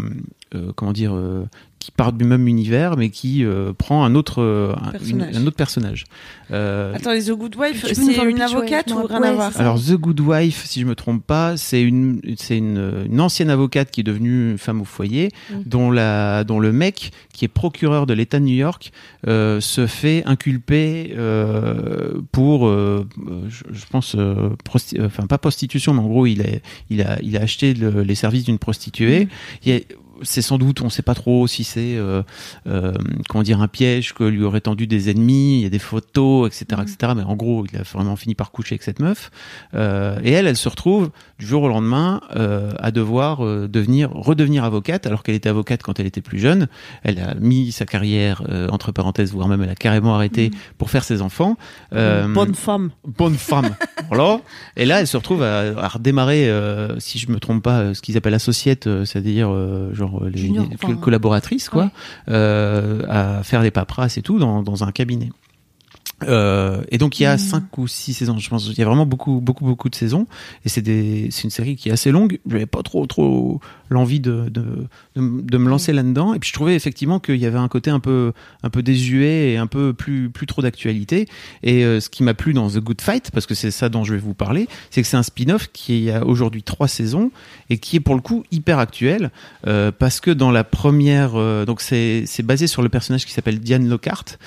qui part du même univers mais qui prend un autre personnage. Attends, les The Good Wife, Tu peux nous c'est faire le une pitch, avocate ouais, ou rien ouais, à voir? c'est ça. Alors The Good Wife, si je me trompe pas, c'est une ancienne avocate qui est devenue femme au foyer, dont le mec qui est procureur de l'État de New York se fait inculper pour, je pense, pas prostitution, mais en gros il a acheté les services d'une prostituée. C'est sans doute, on sait pas trop si c'est un piège que lui auraient tendu des ennemis, il y a des photos, etc., mais en gros il a vraiment fini par coucher avec cette meuf et elle se retrouve du jour au lendemain à devoir redevenir avocate alors qu'elle était avocate quand elle était plus jeune. Elle a mis sa carrière entre parenthèses, voire même elle a carrément arrêté pour faire ses enfants. Bonne femme. Voilà. Et là elle se retrouve à redémarrer, si je me trompe pas, ce qu'ils appellent associate, c'est-à-dire les collaboratrices quoi, à faire les paperasses et tout dans un cabinet. Et donc il y a 5 ou 6 saisons, je pense. Il y a vraiment beaucoup de saisons et c'est une série qui est assez longue. J'avais pas trop l'envie de me lancer là-dedans et puis je trouvais effectivement qu'il y avait un côté un peu désuet et un peu plus trop d'actualité. Et ce qui m'a plu dans The Good Fight, parce que c'est ça dont je vais vous parler, c'est que c'est un spin-off qui a aujourd'hui 3 saisons et qui est pour le coup hyper actuel parce que dans la première, donc c'est basé sur le personnage qui s'appelle Diane Lockhart,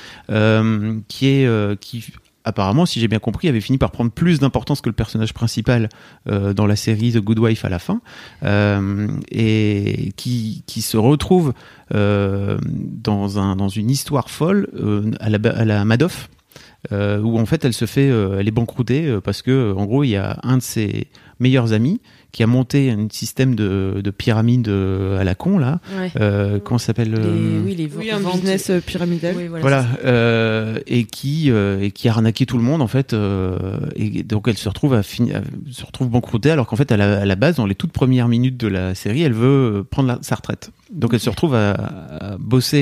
qui apparemment, si j'ai bien compris, avait fini par prendre plus d'importance que le personnage principal dans la série The Good Wife à la fin, et qui se retrouve dans une histoire folle à la Madoff, où en fait elle est banqueroutée parce que en gros il y a un de ses meilleurs amis qui a monté un système de pyramide à la con là. Comment ça s'appelle un business pyramidal. Oui, voilà, et qui a arnaqué tout le monde en fait, et donc elle se retrouve banqueroutée alors qu'en fait à la base, dans les toutes premières minutes de la série, elle veut prendre sa retraite. Donc elle se retrouve à bosser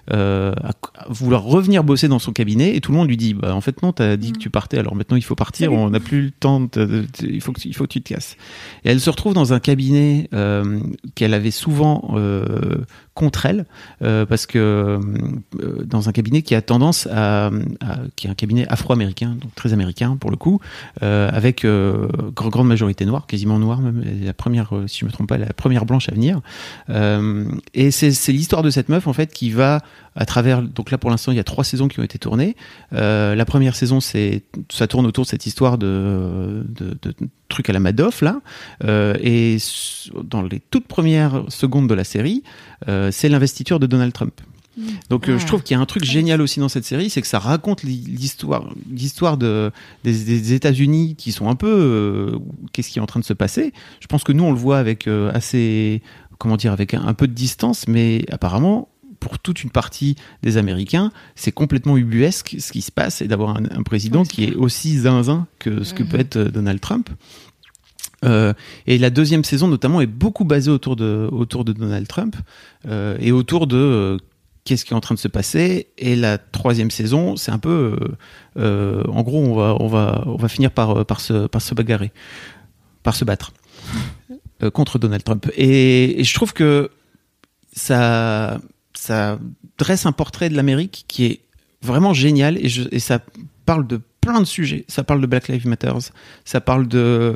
à vouloir revenir bosser dans son cabinet, et tout le monde lui dit bah en fait non, t'as dit que tu partais, alors maintenant il faut partir, on n'a plus le temps, il faut que tu te casses. Et elle se retrouve dans un cabinet qu'elle avait souvent contre elle, parce que dans un cabinet qui a tendance qui est un cabinet afro-américain, donc très américain pour le coup, avec grande majorité noire, quasiment noire même, la première, si je me trompe pas, la première blanche à venir. Et c'est l'histoire de cette meuf en fait qui va à travers, donc là pour l'instant il y a 3 saisons qui ont été tournées. La première saison ça tourne autour de cette histoire de truc à la Madoff là, et dans les toutes premières secondes de la série, c'est l'investiture de Donald Trump. Donc je trouve qu'il y a un truc génial aussi dans cette série, c'est que ça raconte l'histoire des États-Unis qui sont un peu qu'est-ce qui est en train de se passer. Je pense que nous on le voit avec avec un peu de distance, mais apparemment pour toute une partie des Américains, c'est complètement ubuesque ce qui se passe, et d'avoir un président qui est aussi zinzin que ce que peut être Donald Trump. Et la deuxième saison notamment est beaucoup basée autour de Donald Trump, et autour de qu'est-ce qui est en train de se passer. Et la troisième saison, c'est un peu en gros on va finir par se bagarrer, par se battre contre Donald Trump. Et je trouve que ça dresse un portrait de l'Amérique qui est vraiment génial, et ça parle de plein de sujets. Ça parle de Black Lives Matter, ça parle de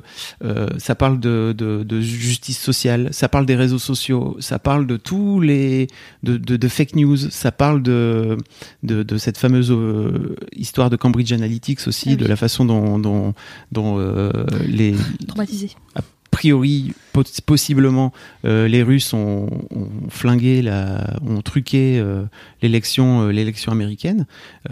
justice sociale, ça parle des réseaux sociaux, ça parle de tous les de fake news, ça parle de cette fameuse histoire de Cambridge Analytics aussi, de la façon dont les traumatisés. A priori, possiblement, les Russes ont flingué, ont truqué l'élection américaine.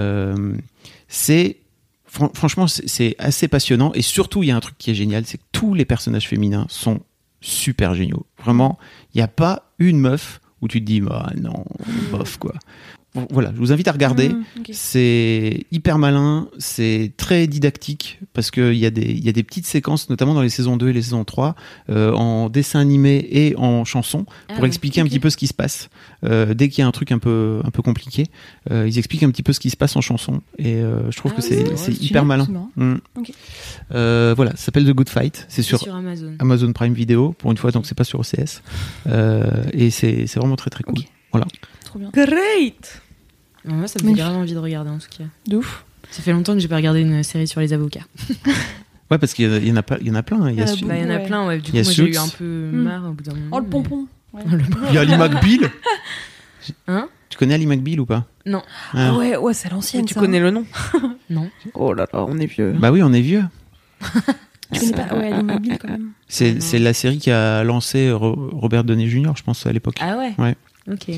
Franchement, c'est assez passionnant, et surtout, il y a un truc qui est génial, c'est que tous les personnages féminins sont super géniaux. Vraiment, il n'y a pas une meuf où tu te dis, bah non, bof, quoi. Voilà, je vous invite à regarder. Okay. C'est hyper malin, c'est très didactique, parce qu'il y a des petites séquences, notamment dans les saisons 2 et les saisons 3, en dessin animé et en chanson, pour expliquer un petit peu ce qui se passe. Dès qu'il y a un truc un peu compliqué, ils expliquent un petit peu ce qui se passe en chanson, et je trouve que c'est hyper malin. Okay. Voilà, ça s'appelle The Good Fight, c'est sur Amazon Prime Video, pour une fois, donc c'est pas sur OCS. Et c'est vraiment très très cool. Okay. Voilà. Trop bien. Great. Moi, ça me fait grave envie de regarder, en tout cas. De ouf. Ça fait longtemps que j'ai pas regardé une série sur les avocats. Ouais, parce qu'il y en a plein. Il y en a plein. Il y en a plein, ouais. Du coup, moi, j'ai eu un peu marre au bout d'un moment. Oh, le pompon. Ouais. Il y a Ali McBeal. Hein? Tu connais Ali McBeal ou pas? Non. Ah ouais, c'est l'ancienne. Tu connais le nom? Non. Oh là là, on est vieux. Bah oui, on est vieux. Tu connais pas? Ouais, Ali McBeal quand même. C'est la série qui a lancé Robert Downey Jr., je pense, à l'époque. Ah ouais? Ouais. Ok.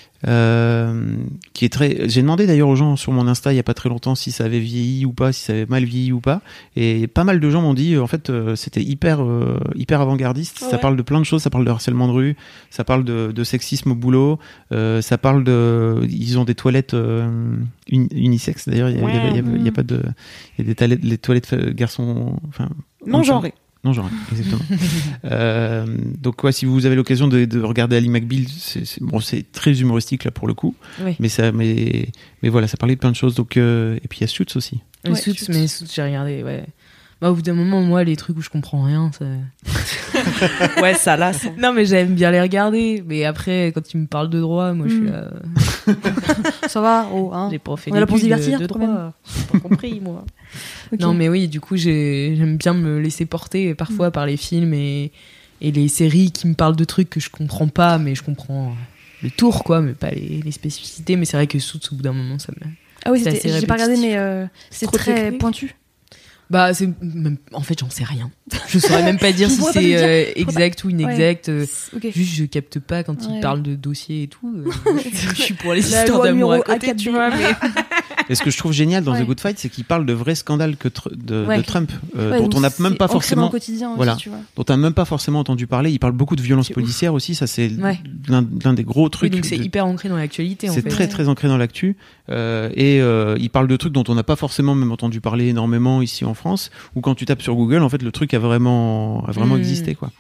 Qui est très. J'ai demandé d'ailleurs aux gens sur mon Insta il y a pas très longtemps si ça avait vieilli ou pas, si ça avait mal vieilli ou pas, et pas mal de gens m'ont dit en fait c'était hyper avant-gardiste. Ça parle de plein de choses, ça parle de harcèlement de rue, ça parle de sexisme au boulot, ça parle ils ont des toilettes unisexes d'ailleurs, il y a pas de, il y a les toilettes garçons, enfin non genrées. Non, genre, exactement. Donc, ouais, si vous avez l'occasion de regarder Ali McBeal, c'est très humoristique là pour le coup. Oui. Mais voilà, ça parlait de plein de choses. Donc, et puis il y a Suits aussi. Ouais, Suits, j'ai regardé, ouais. Bah, au bout d'un moment, moi, les trucs où je comprends rien, ça. Ouais, ça lasse. Non, mais j'aime bien les regarder. Mais après, quand tu me parles de droit, moi, je suis là. Ça va, hein. J'ai pas fait on est là pour se divertir, de droit. J'ai pas compris, moi. Okay. Non, mais oui, du coup, j'aime bien me laisser porter parfois par les films et les séries qui me parlent de trucs que je comprends pas, mais je comprends le tour, quoi, mais pas les spécificités. Mais c'est vrai que Suits, au bout d'un moment, ça me. Ah oui, j'ai pas regardé, mais c'est très technique. Pointu. Bah, en fait, j'en sais rien. Je saurais même pas dire si c'est exact ou inexact. Ouais. Okay. Juste, je capte pas quand ils parlent de dossiers et tout. Je suis pour les histoires d'amour à côté, tu vois. Mais... Et ce que je trouve génial dans The Good Fight, c'est qu'il parle de vrais scandales de Trump, dont on n'a même pas forcément, aussi, tu vois. dont on n'a même pas forcément entendu parler. Il parle beaucoup de violences policières aussi. Ça, c'est l'un des gros trucs. Oui, donc c'est hyper ancré dans l'actualité. C'est très très ancré dans l'actu. Et il parle de trucs dont on n'a pas forcément même entendu parler énormément ici en France. Ou quand tu tapes sur Google, en fait, le truc a vraiment existé, quoi.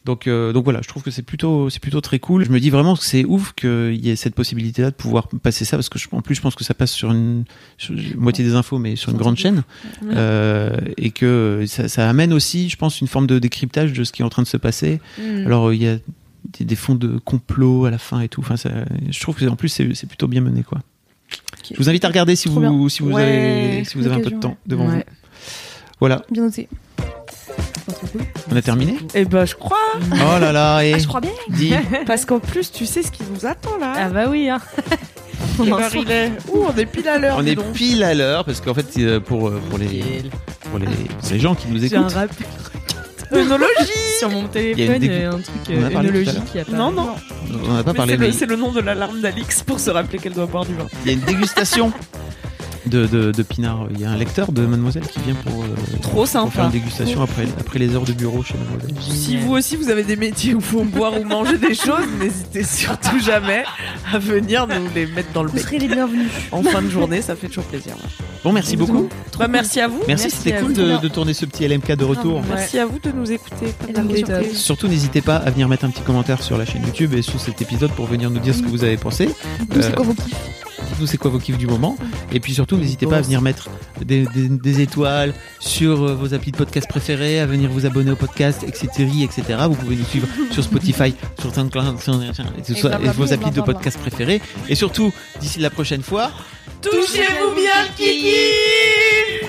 Donc voilà, je trouve que c'est plutôt très cool. Je me dis vraiment que c'est ouf qu'il y ait cette possibilité-là de pouvoir passer ça, parce que en plus je pense que ça passe sur moitié des infos, mais sur une grande chaîne, et que ça amène aussi, je pense, une forme de décryptage de ce qui est en train de se passer. Alors il y a des fonds de complot à la fin et tout. Enfin, je trouve que en plus c'est plutôt bien mené, quoi. Je vous invite à regarder si vous avez un peu de temps devant vous. Voilà. Bien noté. On a terminé ? Eh ben, je crois. Oh là là, et Je crois bien. dis. Parce qu'en plus, tu sais ce qui nous attend là. Ah bah oui, hein. On est pile à l'heure. On dis est donc. pile à l'heure parce qu'en fait pour les gens qui nous J'ai un écoutent, rappel Œnologie. sur mon Il y a téléphone, une il y a un truc On en a parlé tout à œnologie l'heure. qui apparaît. Non. on n'a pas Mais parlé. c'est le nom de l'alarme d'Alix pour se rappeler qu'elle doit boire du vin. Il y a une dégustation de pinard. Il y a un lecteur de Mademoiselle qui vient pour Trop faire sympa. une dégustation après les heures de bureau chez Mademoiselle. Si vous aussi vous avez des métiers où il faut boire ou manger des choses, n'hésitez surtout jamais à venir nous les mettre dans le Vous bec. serez les bienvenus. En fin de journée, ça fait toujours plaisir. Bon, merci beaucoup. Bah, merci à vous. Merci, c'était cool de tourner ce petit LMK de retour. Merci à vous de nous écouter. Et la surprise. Surtout, n'hésitez pas à venir mettre un petit commentaire sur la chaîne YouTube et sous cet épisode pour venir nous dire ce que vous avez pensé. Vous, c'est quoi vos kiffs? Dites-nous c'est quoi vos kiffs du moment. Et puis surtout, n'hésitez pas à venir mettre des étoiles sur vos applis de podcast préférés, à venir vous abonner au podcast, etc. Vous pouvez nous suivre sur Spotify, sur SoundCloud, et vos applis de podcast préférés. Et surtout, d'ici la prochaine fois, Touchez-vous bien, Kiki.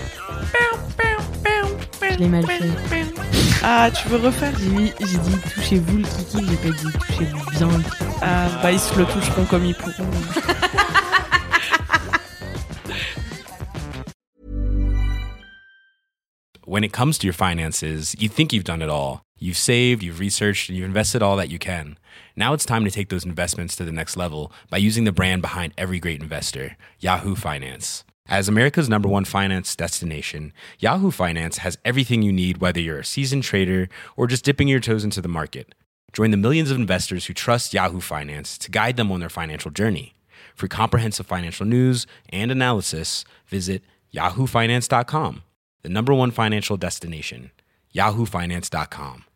Je l'ai mal fait. Ah, tu veux refaire? J'ai dit touchez-vous le kiki, j'ai pas dit touchez-vous bien le kiki. Ah, bah ils se le toucheront comme ils pourront. When it comes to your finances, you think you've done it all. You've saved, you've researched, and you've invested all that you can. Now it's time to take those investments to the next level by using the brand behind every great investor, Yahoo Finance. As America's #1 finance destination, Yahoo Finance has everything you need, whether you're a seasoned trader or just dipping your toes into the market. Join the millions of investors who trust Yahoo Finance to guide them on their financial journey. For comprehensive financial news and analysis, visit yahoofinance.com, the #1 financial destination, yahoofinance.com.